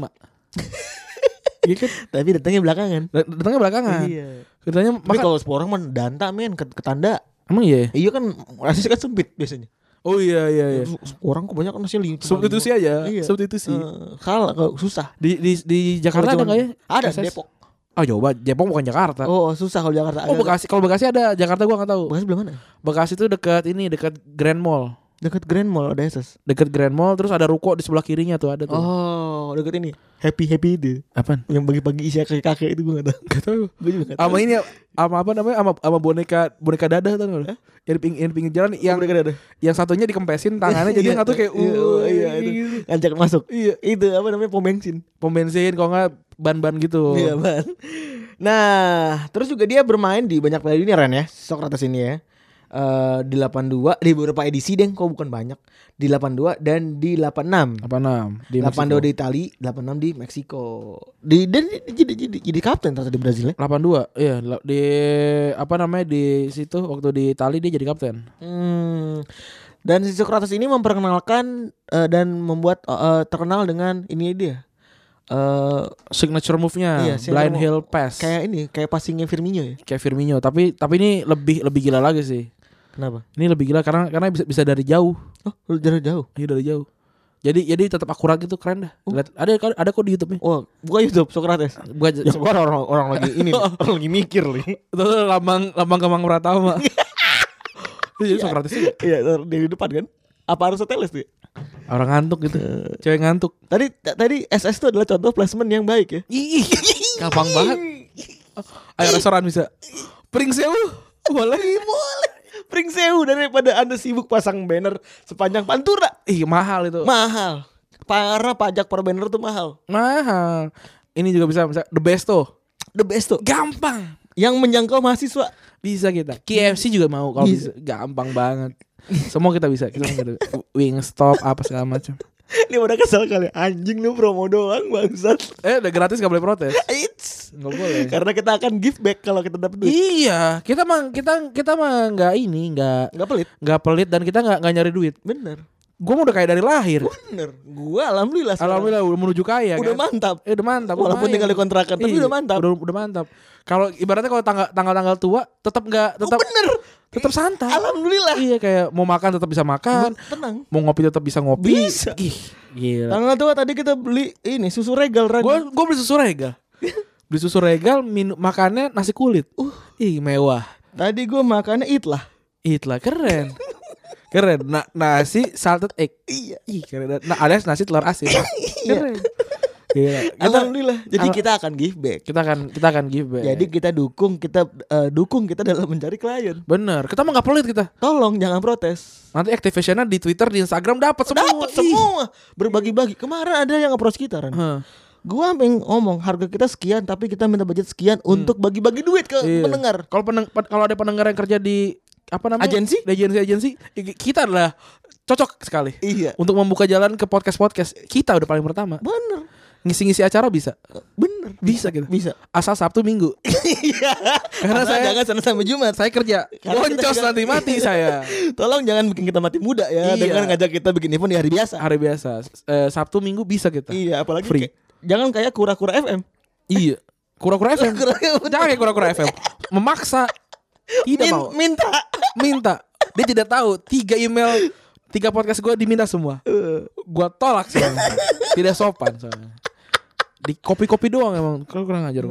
Gitu. tapi datangnya belakangan. Datangnya belakangan. Iya. Katanya Tapi kalau 10 orang mah danta men ke tanda. emang iya. Iya kan nasi kan sempit biasanya. Oh iya. 10 orang kebanyakan nasi 5. Substitusi aja. Iya. Substitusi. Kalah kalau susah. Di Jakarta ada Kalau nggak ya? Ada SS? Depok. Oh coba Depok bukan Jakarta. Oh susah kalau Jakarta. Oh Bekasi. Kalau Bekasi ada, Jakarta gua nggak tahu. Bekasi belah mana? Bekasi itu dekat Grand Mall. Dekat Grand Mall ada SS. Dekat Grand Mall, terus ada ruko di sebelah kirinya tuh ada tuh. Oh dekat ini. Happy itu. Apaan? Yang pagi-pagi isi kakek itu gue gak tahu. Gak tahu. Gue juga gak tahu. Sama ini sama apa namanya? Sama boneka dadah tuh kan. Yang di pinggir jalan yang satunya dikempesin tangannya jadi yang satu kayak iya itu. Ngajak masuk. Iya. Itu apa namanya pom bensin. Pom bensin kalau enggak ban-ban gitu. Iya ban. Nah, terus juga dia bermain di banyak Piala Dunia Ren ya, Socrates ini ya. Di 82 di beberapa edisi deh, kok bukan banyak. Di 82 dan di 86. 86 di 82 di Itali, 86 di Meksiko. Dan jadi kapten ternyata di Brazil ya. 82. Iya, di apa namanya di situ waktu di Itali dia jadi kapten. Dan si Socrates ini memperkenalkan dan membuat terkenal dengan ini dia. Signature move-nya Iya, blind heel pass. Kayak ini, kayak passingnya Firmino ya. Kayak Firmino, tapi ini lebih gila lagi sih. Kenapa? Ini lebih gila karena bisa dari jauh. Oh, dari jauh. Iya dari jauh. Jadi tetap akurat gitu, keren dah. Lihat, ada kok di YouTube-nya. Oh, buka YouTube Socrates. Bukan Ya orang lagi ini, orang lagi mikir nih. itu lambang Kemang Pratama. Jadi Socrates juga. Iya, di depan kan. Apa Aristoteles tuh? Orang ngantuk gitu. Cewek ngantuk. Tadi SS itu adalah contoh placement yang baik ya. Ih, gampang banget. Ayo restoran bisa. Pring sewu boleh. Boleh. Pring sewu daripada Anda sibuk pasang banner sepanjang Pantura. Ih mahal itu. Mahal. Para pajak per banner tuh mahal. Mahal. Ini juga bisa The Besto. The best tuh. Gampang. Yang menjangkau mahasiswa. Bisa kita. KFC juga mau kalau bisa. Gampang banget. Semua kita bisa. Kita Wingstop apa segala macam. Ini udah kesel kali. Anjing lu promo doang bangsat. Udah gratis gak boleh protes. Eits. Nggak boleh. Karena kita akan give back kalau kita dapat duit. Iya, kita mah nggak Nggak pelit. dan kita nggak nyari duit. Bener. Gue udah kaya dari lahir. Bener. Gua alhamdulillah. sekarang. Alhamdulillah udah menuju kaya. Udah kan? mantap. Udah mantap. Walaupun lumayan. tinggal di kontrakan, tapi Iya, udah mantap. Udah mantap. Kalau ibaratnya kalau tanggal tua tetap Bener. tetap santai. Alhamdulillah. Iya kayak mau makan tetap bisa makan. Tenang. Mau ngopi tetap bisa ngopi. Bisa. Ih, gila. Tanggal tua tadi kita beli ini susu regal Rani. Gue beli susu regal. Beli susu regal makannya nasi kulit. Ih mewah. Tadi gue makannya itlah. Itlah keren. Keren. Nasi salted egg. Iya. Ih keren. Nah alias nasi telur asin. Keren. Gila. Alhamdulillah. Jadi kita akan give back. Kita akan give back. Jadi kita dukung kita dalam mencari klien. bener. Kita mah nggak pelit kita. Tolong jangan protes. Nanti activationnya di Twitter, di Instagram dapat semua. Dapat semua. Berbagi-bagi. Kemarin ada yang approach kita Ran. Hah. Gua ngomong harga kita sekian tapi kita minta budget sekian untuk bagi-bagi duit ke Iya. pendengar. Kalau ada pendengar yang kerja di apa namanya? Agensi? Agensi. Kita adalah cocok sekali. Iya. Untuk membuka jalan ke podcast. Kita udah paling pertama. Bener. Ngisi-ngisi acara bisa. Bener. Bisa kita. Bisa. Asal Sabtu Minggu. Iya. Karena saya jangan Senin sampai Jumat. Saya kerja. Karena kita Boncos juga- nanti mati saya. Tolong jangan bikin kita mati muda ya Iya. dengan ngajak kita bikin event di hari biasa. Hari biasa. Sabtu Minggu bisa kita. Iya, apalagi Free. jangan kayak kura-kura FM. Iya. Kura-kura FM. Kura-kura Jangan kayak kura-kura FM. Memaksa. Tidak mau. Minta. Dia tidak tahu 3 email 3 podcast gue diminta semua. Gue tolak soalnya. Tidak sopan soalnya. Di kopi-kopi doang emang. Kurang ajar.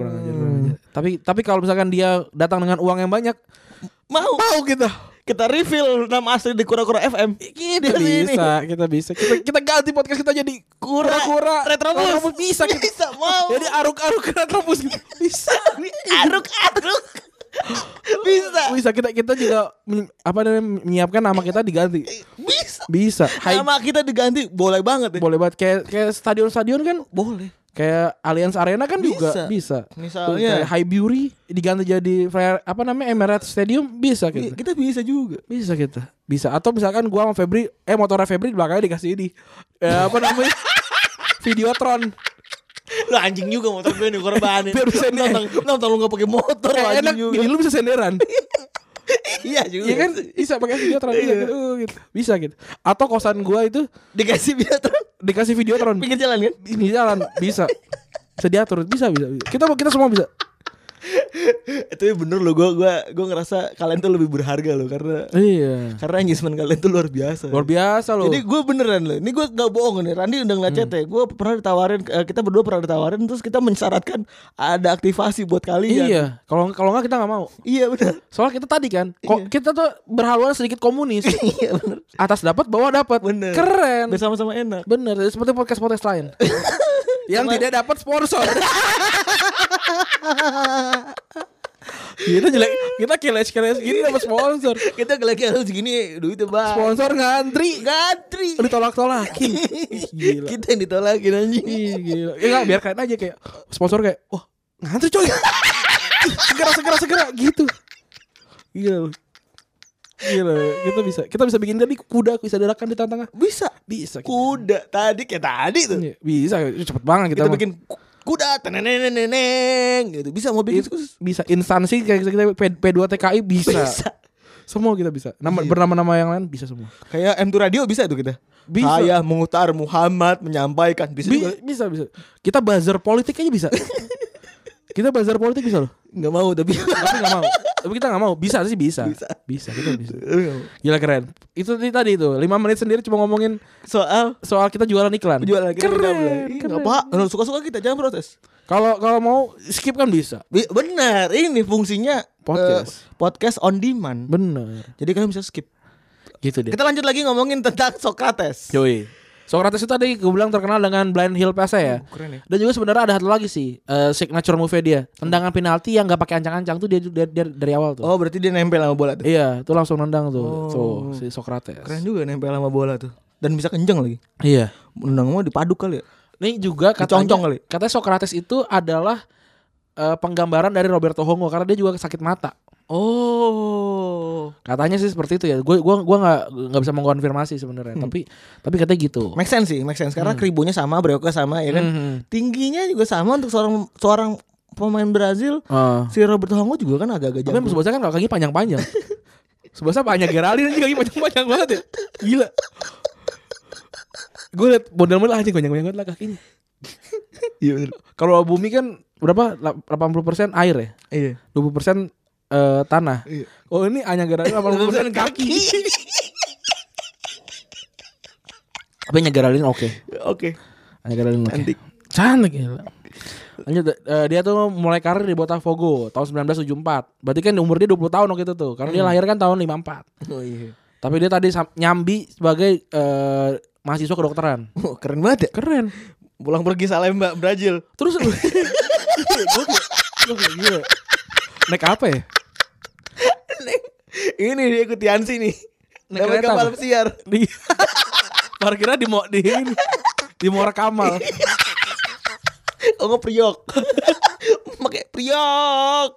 Tapi kalau misalkan dia datang dengan uang yang banyak, Mau kita refill nama asli di kura-kura FM. kita Di sini. bisa. Kita ganti podcast kita jadi kura-kura Retrobus. Bisa kita. Bisa, mau. Jadi aruk-aruk retrobus gitu. Bisa. Aruk-aruk. Bisa. Kita juga menyiapkan nama kita diganti. Bisa. Nama kita diganti boleh banget ya. Boleh banget kayak stadion-stadion kan Boleh. kayak Allianz Arena kan juga bisa. Misalnya. Kayak High Bury diganti jadi Emirates Stadium bisa kita. Kita bisa juga. Bisa kita. Bisa atau misalkan gua sama Febri motornya Febri di belakangnya dikasih ini. Videotron. Lu anjing juga motor gue nih korbanin. Biar bisa nonton lu gak pakai motor lu anjing Enak juga. gini lu bisa senderan. Iya juga. Iya kan bisa pakai Videotron gitu. Bisa gitu. Atau kosan gua itu Dikasih biatron dikasih Videotron. pinggir jalan kan? Ini jalan bisa. Bisa diatur, bisa. Kita semua bisa. Itu bener loh, gue ngerasa kalian tuh lebih berharga loh karena Iya. engagement kalian tuh luar biasa. Luar biasa loh. Jadi gue beneran loh, ini gue gak bohong nih. Randi udah ngeliat chat ya. Gue pernah ditawarin, kita berdua pernah ditawarin, terus kita mensyaratkan ada aktivasi buat kalian. Iya. Kalau nggak kita nggak mau. Iya bener. Soalnya kita tadi kan, Iya. kita tuh berhaluan sedikit komunis. Iya bener. Atas dapat, bawah dapat. Bener. Keren. Bersama-sama enak. Bener. Seperti podcast lain. Yang tidak dapat sponsor. Kita jelek, kita keles gini dapat sponsor. Kita lagi harus segini duitnya bang. Sponsor ngantri, Gantri. ditolak-tolakin. Gila. Kita yang ditolakin anjing. Ih, gila. Ya enggak, biarkan aja kayak sponsor kayak, wah ngantri coy. Ih, segera gitu. Gila. Kita bisa bikin dari kuda bisa gerakan di tengah-tengah. Bisa. Bisa. Kuda tadi kayak tadi tuh. Iya, bisa, cepet banget Kita mah. bikin kuda teneneneneng gitu. Bisa mau bikin khusus. Bisa instansi kayak kita P2 TKI bisa. Bisa. Semua kita bisa. Bernama-nama yang lain bisa semua. Kayak M2 Radio bisa tuh kita. Bisa. Saya Muhtar Muhammad menyampaikan bisa juga. Bisa. Kita buzzer politik aja bisa. Kita buzzer politik bisa loh. Enggak mau tapi. Tapi nggak mau. Tapi kita nggak mau. Bisa sih bisa. Bisa kita bisa. Gila keren. Itu tadi itu 5 menit sendiri cuma ngomongin Soal kita jualan iklan. jualan kita Keren. Enggak apa. Suka-suka kita jangan protes. Kalau mau skip kan bisa. Benar, ini fungsinya podcast on demand. Bener. Jadi kalian bisa skip. Gitu deh. Kita lanjut lagi ngomongin tentang Socrates. Yoi. Socrates itu tadi gue bilang terkenal dengan blind heel pass ya. Keren ya. Dan juga sebenarnya ada satu lagi sih, signature move dia, tendangan penalti yang nggak pakai ancang-ancang tuh dia dari awal tuh. Oh, berarti dia nempel sama bola tuh. Iya, itu langsung nendang tuh. Oh. Tuh si Socrates. Keren juga nempel sama bola tuh. Dan bisa kenceng lagi. Iya. Nendang mau dipaduk kali ya. Ini juga Dicongcong kali. katanya Socrates itu adalah penggambaran dari Roberto Hongo karena dia juga sakit mata. Oh. Katanya sih seperti itu ya. Gua nggak bisa mengkonfirmasi sebenarnya, tapi katanya gitu. Make sense sih, make sense. Karena kribonya sama, breoknya sama ya kan. Tingginya juga sama untuk seorang pemain Brazil. Si Roberto Hongo juga kan agak-agak Tapi jago. sebesar kan kaki panjang-panjang. Sebesar banyak Geraldine aja kaki panjang-panjang banget ya. Gila. Gue liat model-model aja panjang-panjang banget lah kakinya. Iya bener. Kalau bumi kan berapa? 80% air ya. Iya. 20% tanah. Iya. Oh ini hanya Geraldine 80% kaki. Tapi hanya Geraldine oke. Oke. Hanya Geraldine oke. Cantik. Cantik gila. Lanjut, dia tuh mulai karir di Botafogo tahun 1974. Berarti kan umur dia 20 tahun waktu itu tuh. Karena dia lahir kan tahun 54. Oh iya. Tapi dia tadi nyambi sebagai mahasiswa kedokteran. Oh, keren banget ya. Keren. Pulang pergi Salemba, Brazil. Terus gue kayak gila. Naik apa ya? Ini dia ikut Yansi nih. Naik Naik kereta kapal apa? pesiar. Di parkirnya di Muara Kamal. Oh nggak priok. Pakai priok.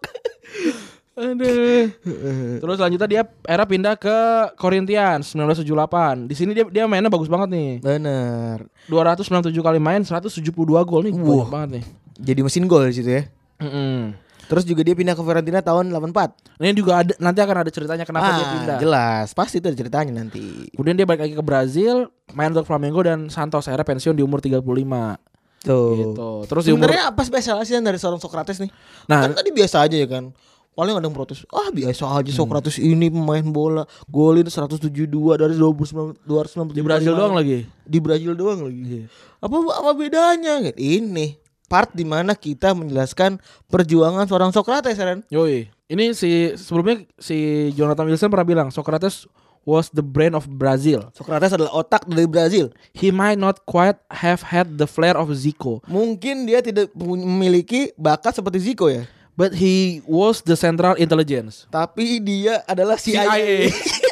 Aduh. Terus selanjutnya dia era pindah ke Corinthians 1978. Di sini dia mainnya bagus banget nih. Bener. 297 kali main, 172 gol nih. Banyak banget nih. Jadi mesin gol di situ ya. Terus juga dia pindah ke Fiorentina tahun 84. Ini juga ada, nanti akan ada ceritanya kenapa dia pindah. Jelas, pasti itu ada ceritanya nanti. Kemudian dia balik lagi ke Brazil, main untuk Flamengo dan Santos, akhirnya pensiun di umur 35. Tuh. Gitu. Terus di umur, Sebenarnya apa spesialisnya dari seorang Socrates nih? nah, Kan tadi biasa aja ya kan. Paling ada yang protes. Biasa aja Socrates ini pemain bola, golin 172 dari 290 di Brazil doang lagi. Di Brazil doang lagi. Apa bedanya? Ini part di mana kita menjelaskan perjuangan seorang Socrates, Ren. Yoi. Ini sebelumnya si Jonathan Wilson pernah bilang Socrates was the brain of Brazil. Socrates adalah otak dari Brazil. He might not quite have had the flair of Zico, Mungkin dia tidak memiliki bakat seperti Zico ya. but he was the central intelligence. Tapi dia adalah CIA.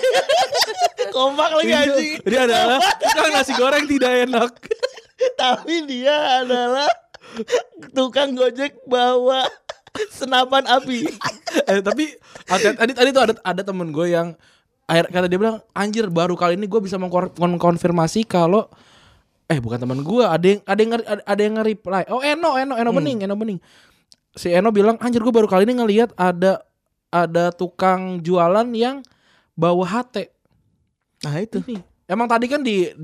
Kompak lagi anjing. Dia adalah tukang nasi goreng tidak enak. Tapi dia adalah tukang gojek bawa senapan api. Tapi tadi tuh ada temen gue yang kata dia bilang, anjir baru kali ini gue bisa mengkonfirmasi kalau bukan teman gue, ada yang nge-reply. Oh Eno Bening. Si Eno bilang, anjir gue baru kali ini ngelihat ada tukang jualan yang bawa HT. Nah itu Emang tadi kan di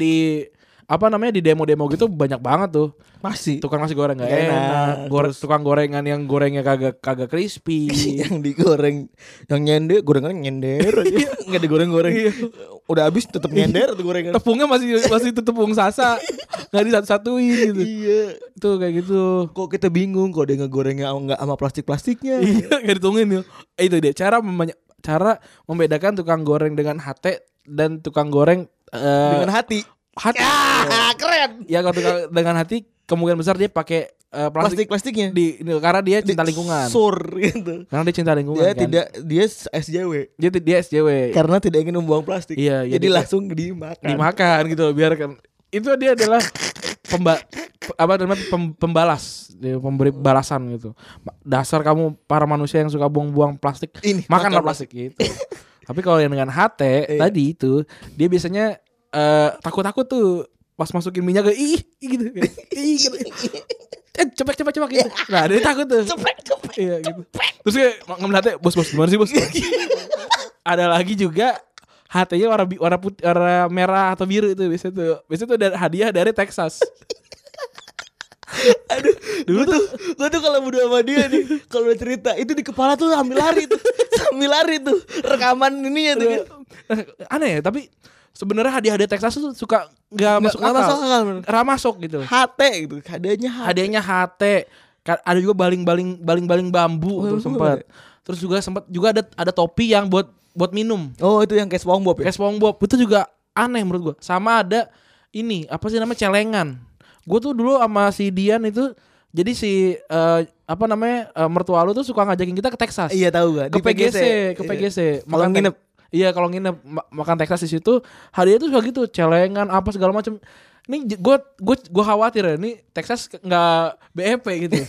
di demo-demo gitu banyak banget tuh. masih Tukang nasi goreng gak Gak enak, enak, tukang gorengan yang gorengnya kagak crispy. yang digoreng, yang nyender, gorengannya nyender aja. Nggak digoreng-goreng. Udah habis tetap nyender tuh gorengan. Tepungnya masih tepung sasa, nggak disatu-satuin gitu. Iya. Itu kayak gitu. Kok kita bingung kok dia ngegorengnya nggak sama plastik-plastiknya. Iya, nggak ditungguin ya. Itu dia cara membedakan tukang goreng dengan HT dan tukang goreng Dengan hati. Keren. Ya kalau tukang dengan hati kemungkinan besar dia pakai Plastik-plastiknya. karena dia cinta lingkungan. Sur gitu. Karena dia cinta lingkungan. Dia kan? dia SJW. Dia SJW. Karena tidak ingin membuang plastik. Iya, Jadi dia- langsung dimakan. Dimakan gitu biarkan. Itu dia adalah pembalas, dia pemberi balasan gitu. Dasar kamu para manusia yang suka buang-buang plastik, Ini, makanlah makan plastik gitu. Tapi kalau yang dengan HT tadi itu dia biasanya takut-takut tuh pas masukin minyak gitu. Gitu. Cepet gitu. Nah, dia takut tuh. Cepet. Iya gitu. Terus kayak ngeliatnya bos gimana sih bos? Ada lagi juga HT-nya warna putih, warna merah atau biru itu biasanya tuh ada hadiah dari Texas. Aduh, dulu tuh gue tuh kalau berdua sama dia nih, kalau udah cerita itu di kepala tuh sambil lari tuh rekaman ininya tuh kan. Aneh ya, tapi sebenarnya hadiah Texas tuh suka nggak masuk nggak masuk akal, akal. Nggak masuk gitu. HT gitu, Hadiahnya HT. Ada juga baling-baling bambu tuh sempat. Terus juga ada topi yang buat minum. Oh itu yang kayak SpongeBob ya? Kayak SpongeBob. Itu juga aneh menurut gua. Sama ada ini apa sih namanya celengan. Gue tuh dulu sama si Dian itu jadi si mertua lu tuh suka ngajakin kita ke Texas. Iya tahu gak? Ke PGC, ke PGC. Kalau Makan nginep. Iya kalau nginep makan Texas di situ hadiah tuh suka gitu celengan apa segala macam. Ini gue khawatir ya ini Texas nggak BEP gitu.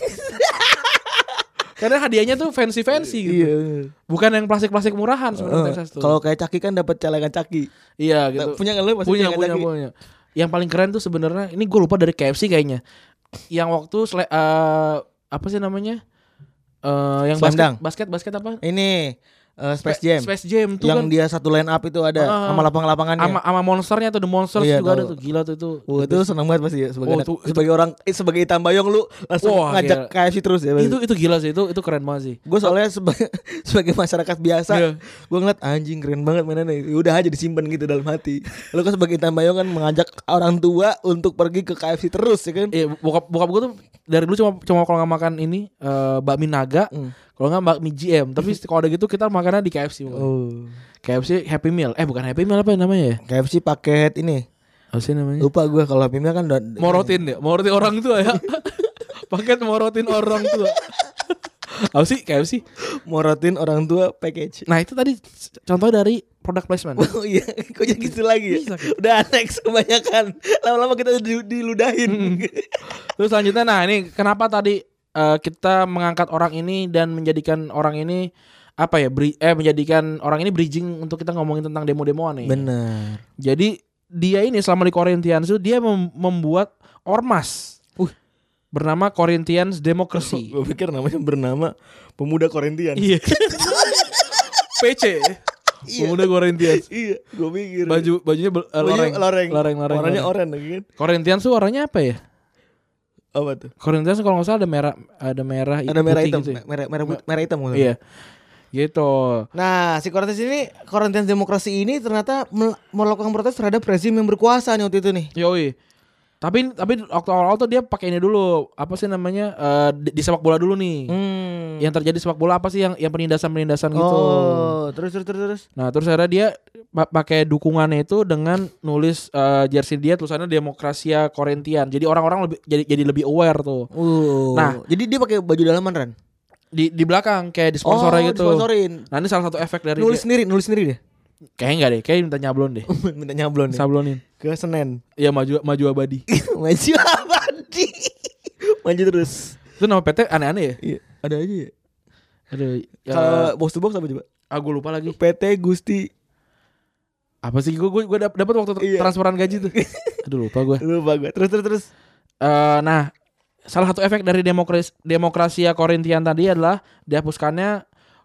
Karena hadiahnya tuh fancy gitu. Iya. Bukan yang plastik murahan sebenarnya Texas tuh. Kalau kayak Caki kan dapat celengan Caki. Iya gitu. Punya kan lu pasti punya celengan Caki? Yang paling keren tuh sebenarnya ini gue lupa dari KFC kayaknya. Yang waktu apa sih namanya? Yang Slam basket apa? Ini Space Jam. Space Jam tuh yang kan dia satu line up itu ada sama lapang-lapangannya. sama monsternya tuh The Monsters Iya, juga tahu. ada tuh gila tuh itu. Wah, itu seneng banget pasti ya sebagai orang sebagai Itam Bayong lu langsung Wah, ngajak gila. KFC terus ya. Itu gila sih itu keren banget sih. Gue soalnya sebagai masyarakat biasa, Iya. gue ngeliat anjing keren banget mainannya. Udah aja disimpan gitu dalam hati. Lu kan sebagai Itam Bayong kan mengajak orang tua untuk pergi ke KFC terus ya kan. Bokap gue tuh dari dulu cuma kalau nggak makan ini bakmi naga, kalau nggak bakmi GM. Tapi kalau ada gitu kita makannya di KFC. Oh. KFC Happy Meal. Bukan Happy Meal apa namanya ya? KFC paket ini. Apa sih namanya? Lupa gue kalau Happy Meal kan Morotin orang tua ya. Paket morotin orang tua. Apa sih KFC? morotin orang tua package. Nah itu tadi contoh dari product placement. Oh iya, kok jadi gitu lagi ya? Udah next kebanyakan. Lama-lama kita diludahin. Terus selanjutnya, nah ini kenapa tadi kita mengangkat orang ini dan menjadikan orang ini apa ya? Menjadikan orang ini bridging untuk kita ngomongin tentang demo-demoan nih. Benar. Jadi dia ini selama di Corinthians itu dia membuat ormas bernama Corinthians Democracy. Gue pikir namanya bernama Pemuda Korintian. Iya. PC. Iya. Pemuda Corinthians. Iya, gue pikir. Bajunya loreng. Warnanya oranye kan? Corinthians tuh warnanya apa ya? Apa tuh? Corinthians kalau nggak salah ada merah Ada merah putih hitam, gitu ya. merah hitam. Iya. Gitu. Nah, si Corinthians Demokrasi ini ternyata melakukan protes terhadap rezim yang berkuasa nih waktu itu nih. Yoi. Tapi waktu awal-awal tuh dia pakai ini dulu, apa sih namanya? Di sepak bola dulu nih. Yang terjadi sepak bola apa sih yang penindasan gitu. Oh, terus. Nah, terus akhirnya dia pakai dukungannya itu dengan nulis jersey dia tulisannya Demokrasia Korintian. Jadi orang-orang jadi lebih aware tuh. Nah, jadi dia pakai baju dalaman Ran. Di belakang kayak disponsorin gitu. Disponsorin. Nah, ini salah satu efek dari Nulis sendiri deh. Kayaknya enggak deh, kayak minta nyablon deh. Minta nyablon nih. Sablonin. Ke Senen. Iya maju abadi. Maju abadi. Maju terus. Itu nama PT aneh-aneh ya? Iya, ada aja ya. Ada Kalau box to box apa coba? gue lupa lagi. PT Gusti. Apa sih gue dapat waktu transferan gaji tuh. Aduh lupa gue. Lupa gue. Terus. Nah, salah satu efek dari Demokrasia Korintian tadi adalah dihapuskannya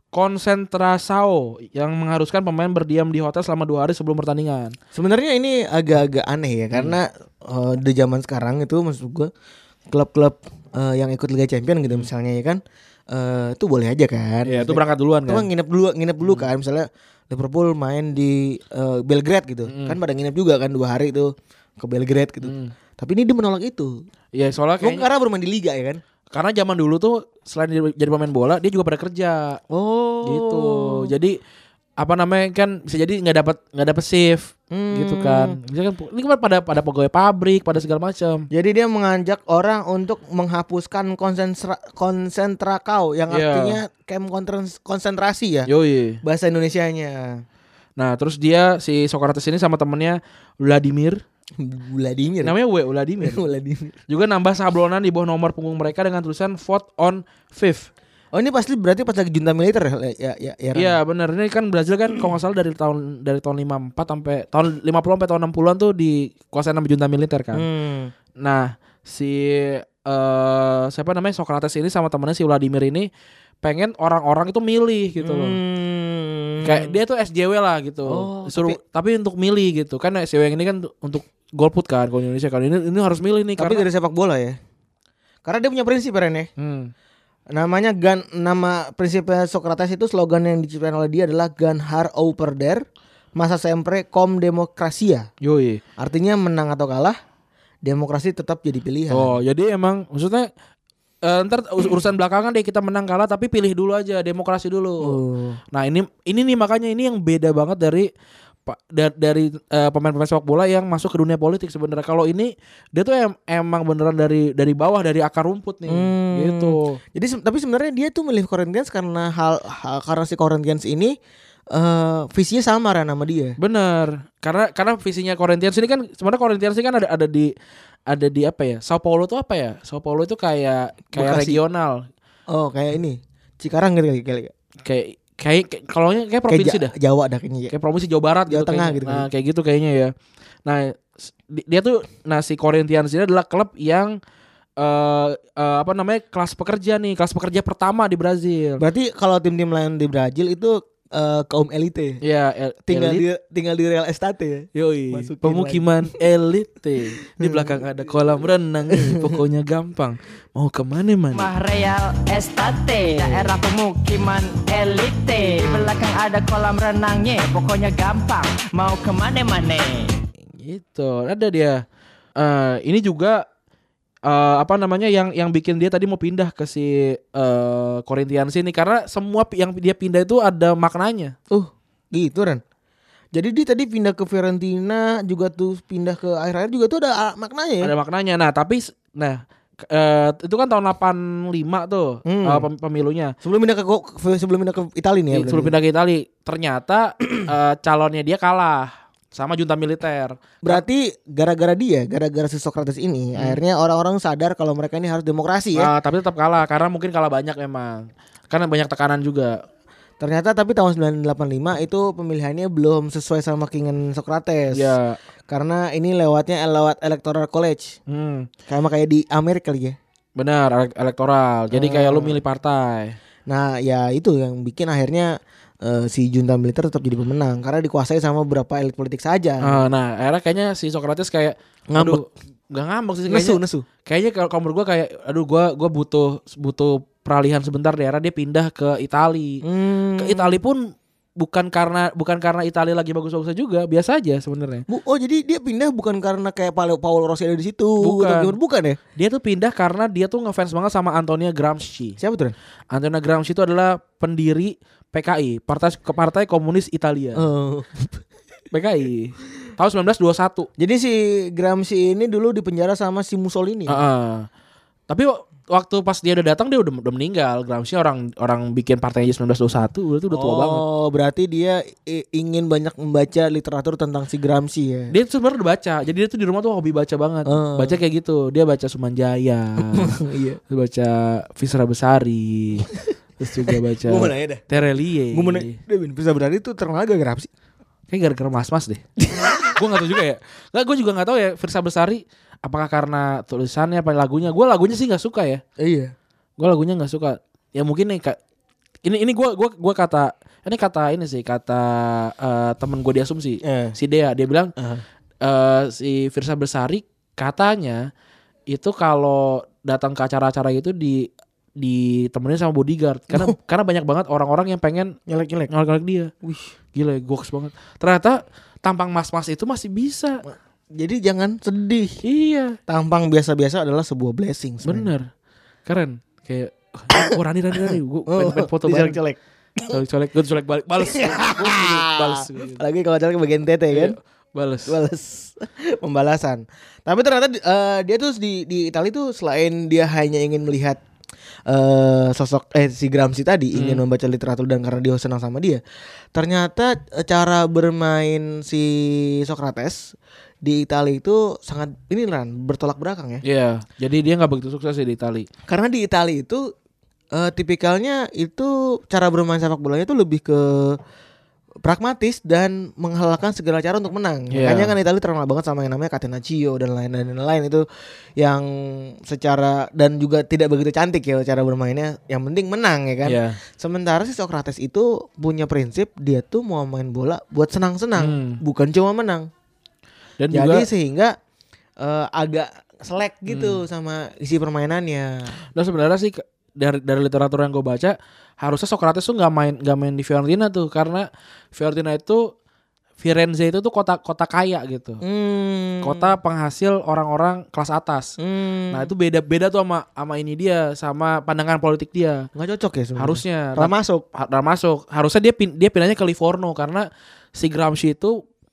konsentrasao yang mengharuskan pemain berdiam di hotel selama 2 hari sebelum pertandingan. Sebenarnya ini agak-agak aneh ya karena di zaman sekarang itu maksud gue klub-klub yang ikut Liga Champions gitu misalnya ya kan itu boleh aja kan. Iya, itu berangkat duluan kan. Cuma nginep dulu kan misalnya Liverpool main di Belgrade gitu. Kan pada nginep juga kan 2 hari itu ke Belgrade gitu. Tapi ini dia menolak itu. Iya, soalnya Mungkin karena bermain di liga ya kan. Karena zaman dulu tuh selain jadi pemain bola, dia juga pada kerja. Oh. Gitu. Jadi apa namanya kan bisa jadi nggak dapat shift gitu kan. Bisa kan ini kan pada pegawai pabrik, pada segala macam. Jadi dia mengajak orang untuk menghapuskan konsentrakau yang artinya camp konsentrasi ya. Yoi. Bahasa Indonesianya. Nah, terus dia si Socrates ini sama temennya Vladimir. Namanya Vladimir. Juga nambah sablonan di bawah nomor punggung mereka dengan tulisan vote on 5th. Oh ini pasti berarti pas lagi junta militer ya. Iya benar. Ini kan Brazil kan kalau nggak salah dari tahun 54 sampai tahun 50 sampai tahun 60-an tuh dikuasain sama junta militer kan. Nah, si siapa namanya Socrates ini sama temennya si Vladimir ini pengen orang-orang itu milih gitu loh. Kayak dia tuh SJW lah gitu. Suruh tapi untuk milih gitu. Kan SJW yang ini kan untuk golput kan kalau Indonesia kan ini harus milih nih tapi karena dari sepak bola ya. Karena dia punya prinsip Ren ya. Nama prinsipnya Socrates itu slogan yang diciptakan oleh dia adalah Gan har over there masa sempre com demokrasia. Yoi. Artinya menang atau kalah demokrasi tetap jadi pilihan. Oh, jadi emang maksudnya ntar urusan belakangan deh kita menang kalah tapi pilih dulu aja demokrasi dulu. Nah, ini nih makanya ini yang beda banget dari dari pemain-pemain sepak bola yang masuk ke dunia politik sebenarnya. Kalau ini dia tuh emang beneran dari bawah, dari akar rumput nih. Gitu. Jadi tapi sebenarnya dia tuh milih Corinthians karena karena si Corinthians ini visinya sama Ran sama dia. Bener. Karena visinya Corinthians ini kan sebenarnya Corinthians ini kan ada di apa ya? Sao Paulo tuh apa ya? Sao Paulo itu kayak Bekasi. regional. Oh, kayak ini. Cikarang gitu kali. Kayak kalau kayak provinsi dah. Jawa dah kayaknya. Kayak provinsi Jawa Barat Jawa gitu Tengah kayaknya. gitu. Nah, kayak gitu kayaknya ya. Nah, dia tuh si Corinthians ini adalah klub yang apa namanya? Kelas pekerja nih, kelas pekerja pertama di Brazil. Berarti kalau tim-tim lain di Brazil itu kaum elite. Iya, Tinggal di real estate ya. Yoi, Masukin pemukiman elite. Di belakang ada kolam renang nih, pokoknya gampang. Mau kemana mana? Rumah Real Estate, daerah pemukiman elite. Di belakang ada kolam renangnya, pokoknya gampang. Mau kemana-mana. Gitu, ada dia. Ini juga apa namanya yang bikin dia tadi mau pindah ke si Corinthians ini karena semua yang dia pindah itu ada maknanya. Gitu Ran. Jadi dia tadi pindah ke Fiorentina juga tuh pindah ke akhir-akhir juga tuh ada maknanya ya. Ada maknanya. Nah, tapi itu kan tahun 85 tuh pemilunya. Sebelum pindah ke Italia nih ya. Sebelum pindah ke Italia, ternyata calonnya dia kalah sama junta militer. Berarti gara-gara si Socrates ini akhirnya orang-orang sadar kalau mereka ini harus demokrasi ya. Tapi tetap kalah karena mungkin kalah banyak memang. Karena banyak tekanan juga. Ternyata tapi tahun 985 itu pemilihannya belum sesuai sama keinginan Socrates. Ya. Karena ini lewat electoral college. Kayak di Amerika kali ya. Benar, elektoral. Jadi kayak lu milih partai. Nah, ya itu yang bikin akhirnya si junta militer tetap jadi pemenang karena dikuasai sama beberapa elit politik saja. Nah, akhirnya kayaknya si Socrates kayak Ngambek. Gak ngambek sih kayaknya. Nesu. Kayaknya kalau menurut gue kayak gue butuh peralihan sebentar deh. Akhirnya dia pindah ke Italia. Ke Italia pun bukan karena Italia lagi bagus-bagusnya juga, biasa aja sebenarnya. Jadi dia pindah bukan karena kayak Paul Rossi ada di situ. Bukan ya? Dia tuh pindah karena dia tuh ngefans banget sama Antonio Gramsci. Siapa tuh? Antonio Gramsci itu adalah pendiri PKI, Partai Komunis Italia. PKI. Tahun 1921. Jadi si Gramsci ini dulu dipenjara sama si Mussolini. Tapi waktu pas dia udah datang dia udah meninggal. Gramsci orang bikin partainya 1921 udah tua banget. Oh, berarti dia ingin banyak membaca literatur tentang si Gramsci ya. Dia tuh sebenarnya udah baca. Jadi dia tuh di rumah tuh hobi baca banget. Baca kayak gitu. Dia baca Sumanjaya. Iya. Terus baca Visera Besari. Terus juga baca Gue mau nanya dah. Terelie. Gue mau nanya, bisa berarti itu terkenal gak Gramsci? Kayak gara-gara mas-mas deh. Gue gak tahu juga ya. Gue juga gak tahu ya Firsa Besari apakah karena tulisannya apa lagunya. Gue lagunya sih gak suka ya. Iya. Gue lagunya gak suka. Ya mungkin nih kak. Ini gue kata temen gue di Asumsi. Si Dea dia bilang si Firsa Besari katanya itu kalau datang ke acara-acara gitu ditemenin sama bodyguard karena banyak banget orang-orang yang pengen nyelek dia. Wih, gila, goks banget. Ternyata tampang mas-mas itu masih bisa. Jadi jangan sedih. Iya. Tampang biasa-biasa adalah sebuah blessing. Bener. Keren. Kayak Rani. Gue pengen foto bareng. Colek. Gue colek balik. Bales. Lagi kalau colek bagian tete kan. Bales. Pembalasan. Tapi ternyata dia tuh di Italia tuh selain dia hanya ingin melihat sosok si Gramsci tadi ingin membaca literatur dan karena dia senang sama dia, ternyata cara bermain si Socrates di Italia itu sangat bertolak belakang ya. Iya. Jadi dia nggak begitu sukses di Italia. Karena di Italia itu tipikalnya itu cara bermain sepak bolanya itu lebih ke pragmatis dan menghalalkan segala cara untuk menang. Makanya kan Italia terkenal banget sama yang namanya Catenaccio dan lain-lain itu yang secara dan juga tidak begitu cantik ya cara bermainnya. Yang penting menang ya kan. Sementara si Socrates itu punya prinsip dia tuh mau main bola buat senang-senang, bukan cuma menang. Dan jadi juga, sehingga agak selek gitu sama isi permainannya. Dan sebenarnya sih dari literatur yang gue baca harusnya Socrates tuh nggak main di Fiorentina tuh karena Fiorentina itu Firenze itu tuh kota kaya gitu, kota penghasil orang-orang kelas atas. Nah itu beda tuh sama ini dia sama pandangan politik dia. Nggak cocok ya sebenarnya. Harusnya masuk. Harusnya dia pindahnya ke Livorno karena si Gramsci itu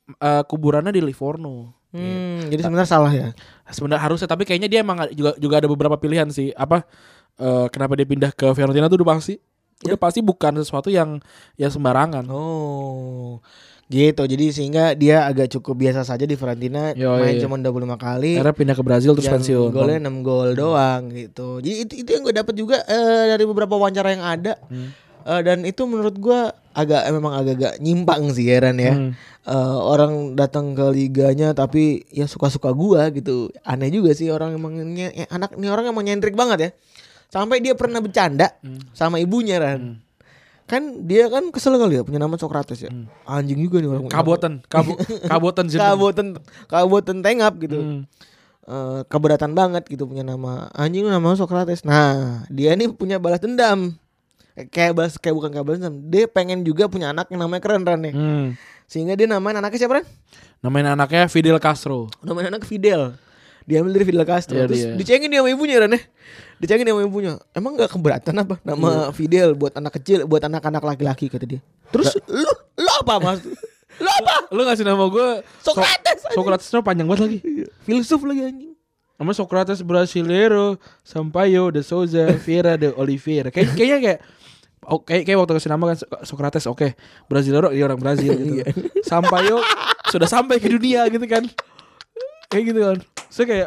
kuburannya di Livorno. Jadi sebenarnya salah ya. Sebenarnya harusnya, tapi kayaknya dia emang juga ada beberapa pilihan sih. Kenapa dia pindah ke Fiorentina tuh udah pasti bukan sesuatu yang sembarangan. Oh. Gitu. Jadi sehingga dia agak cukup biasa saja di Fiorentina, main cuma 25 kali. Akhirnya pindah ke Brazil terus pensiun. Golnya 6 gol doang gitu. Jadi itu yang gue dapat juga dari beberapa wawancara yang ada. Dan itu menurut gue memang agak-agak nyimpang sih Ran ya. Orang datang ke liganya tapi ya suka-suka gua gitu. Aneh juga sih orang anak ini orang emang nyentrik banget ya. Sampai dia pernah bercanda sama ibunya Ran. Kan dia kan kesel kali ya punya nama Socrates ya. Anjing juga nih orang. Kaboten tengap gitu. Keberatan banget gitu punya nama anjing nama Socrates. Nah, dia nih punya balas dendam. Bukan balas dendam. Dia pengen juga punya anak yang namanya keren Ran nih. Sehingga dia namain anaknya siapa Ran? Namain anaknya Fidel Castro. Namain anak Fidel. Diambil dari Fidel Castro. Iya, Terus dia. dicengin dia sama ibunya Ran ya. Dicengin dia sama ibunya. Emang gak keberatan apa nama Fidel buat anak kecil, buat anak-anak laki-laki kata dia. Terus lu apa mas? Lu apa? Lu ngasih nama gue Socrates. Socrates panjang banget lagi. Filsuf lagi anjing. Namanya Socrates Brasileiro Sampaio de Souza Vieira de Oliveira. Kayaknya kayak waktu kasih nama kan Socrates Brasileiro dia orang Brazil gitu. Sampaio sudah sampai ke dunia gitu kan. Kayak gitu kan. Saya kayak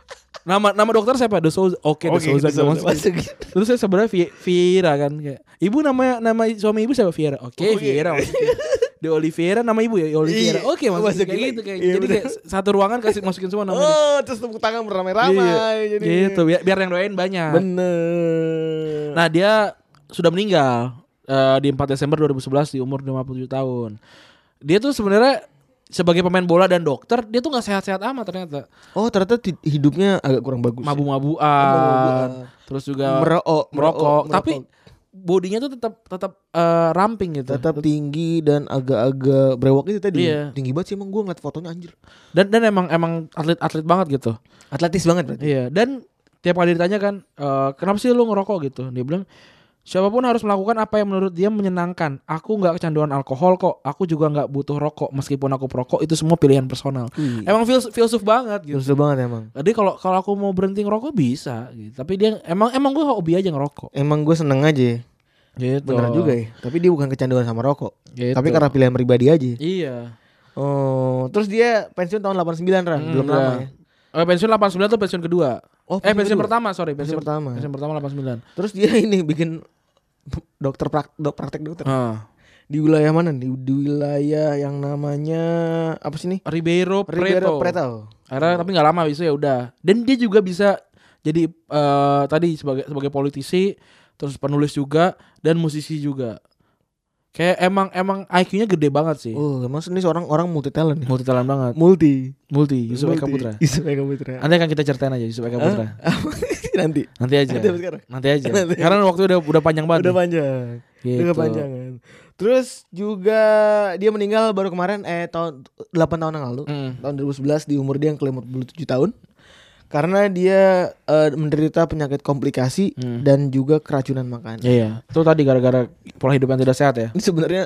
nama dokter siapa? De Souza. De Souza. Terus saya sebenarnya Vieira kan kayak. Ibu nama suami ibu siapa? Vieira. Vieira maksudnya. De Oliveira nama ibu ya Oliveira. Maksudnya kayak gitu kayak. Jadi kayak satu ruangan masukin semua namanya. Terus tepuk tangan beramai-ramai jadi. Gitu biar yang doain banyak. Bener. Nah, dia sudah meninggal di 4 Desember 2011 di umur 57 tahun. Dia tuh sebenarnya sebagai pemain bola dan dokter, dia tuh gak sehat-sehat amat ternyata. Oh, ternyata hidupnya agak kurang bagus. Mabu-mabuan. Terus juga merokok. Tapi bodinya tuh tetap ramping gitu. Tetap tinggi dan agak-agak brewok itu tadi. Iya. Tinggi banget sih emang gue ngeliat fotonya anjir. Dan emang atlet banget gitu. Atletis banget berarti. Iya, dan tiap kali ditanya kan, kenapa sih lu ngerokok gitu? Dia bilang, siapapun harus melakukan apa yang menurut dia menyenangkan. Aku gak kecanduan alkohol kok. Aku juga gak butuh rokok. Meskipun aku perokok, itu semua pilihan personal. Emang filsuf banget gitu. Filsuf banget emang. Jadi kalau aku mau berhenti ngerokok bisa gitu. Tapi dia emang gue hobi aja ngerokok. Emang gue seneng aja. Gitu. Bener juga ya. Tapi dia bukan kecanduan sama rokok. Gitu. Tapi karena pilihan pribadi aja. Iya. Oh, terus dia pensiun tahun 89 Ran. Belum lama ya. Pensiun 89 tuh pensiun kedua. Pensiun kedua? pertama, sorry. Pensiun pertama. Pensiun pertama 89. Terus dia ini bikin praktek dokter. Di wilayah mana nih? Di wilayah yang namanya apa sih nih? Ribeiro Preto. Akhirnya tapi nggak lama itu ya udah. Dan dia juga bisa jadi tadi sebagai politisi, terus penulis juga dan musisi juga. Kayak emang IQ-nya gede banget sih. Oh, emang ini seorang orang multi talent. Multi talent banget. Multi Yusuf Eka Putra. Nanti Nanti akan kita ceritain aja Yusuf Eka Putra. Nanti aja. Nanti aja. Karena waktu udah panjang banget. Udah panjang. Gitu. Udah kepanjangan. Terus juga dia meninggal baru kemarin 8 tahun yang lalu. Tahun 2011 di umur dia yang ke-57 tahun. Karena dia menderita penyakit komplikasi dan juga keracunan makan. Iya. Itu tadi gara-gara pola hidup yang tidak sehat ya. Ini sebenarnya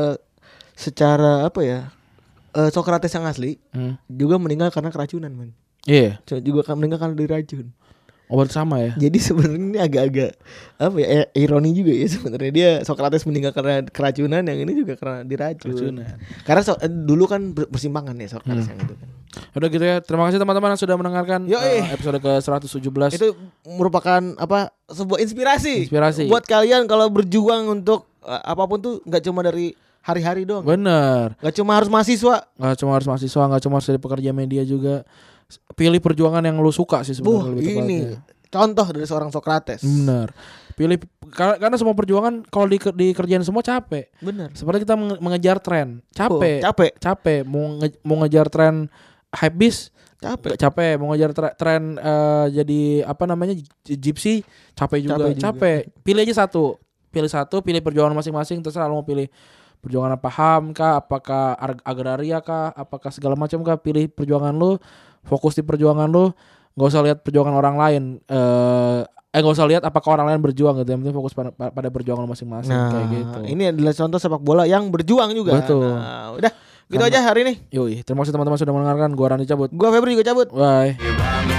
secara apa ya? Socrates yang asli juga meninggal karena keracunan, man. Iya. Juga meninggal karena diracun. Obat sama ya. Jadi sebenarnya ini agak-agak apa ya? Ironi juga ya sebenarnya dia Socrates meninggal karena keracunan, yang ini juga karena diracun. Karena dulu kan bersimpangan ya Socrates yang itu kan. Udah gitu ya. Terima kasih teman-teman yang sudah mendengarkan episode ke-117. Itu merupakan sebuah inspirasi. Buat kalian kalau berjuang untuk apapun tuh nggak cuma dari hari-hari doang. Bener. Nggak cuma harus mahasiswa. Nggak cuma harus jadi pekerja media juga. Pilih perjuangan yang lu suka sih sebenarnya. Ini contoh dari seorang Socrates. Bener. Pilih karena semua perjuangan kalau dikerjain semua capek. Bener. Seperti kita mengejar tren. Capek. Mau ngejar tren hypebeast capek. Mau ngejar tren jadi gypsy capek juga. Pilih aja satu. Pilih perjuangan masing-masing. Terserah lu mau pilih perjuangan apa, HAM kah, apakah agraria kah, apakah segala macam kah. Pilih perjuangan lu, fokus di perjuangan lu. Gak usah lihat perjuangan orang lain. Gak usah lihat apakah orang lain berjuang gitu. Yang penting fokus pada perjuangan masing-masing. Kayak gitu. Ini adalah contoh sepak bola yang berjuang juga. Betul. Nah, udah Gitu aja hari ini. Yoi, terima kasih teman-teman sudah mendengarkan. Gua Rani cabut. Gua Febri juga cabut. Bye.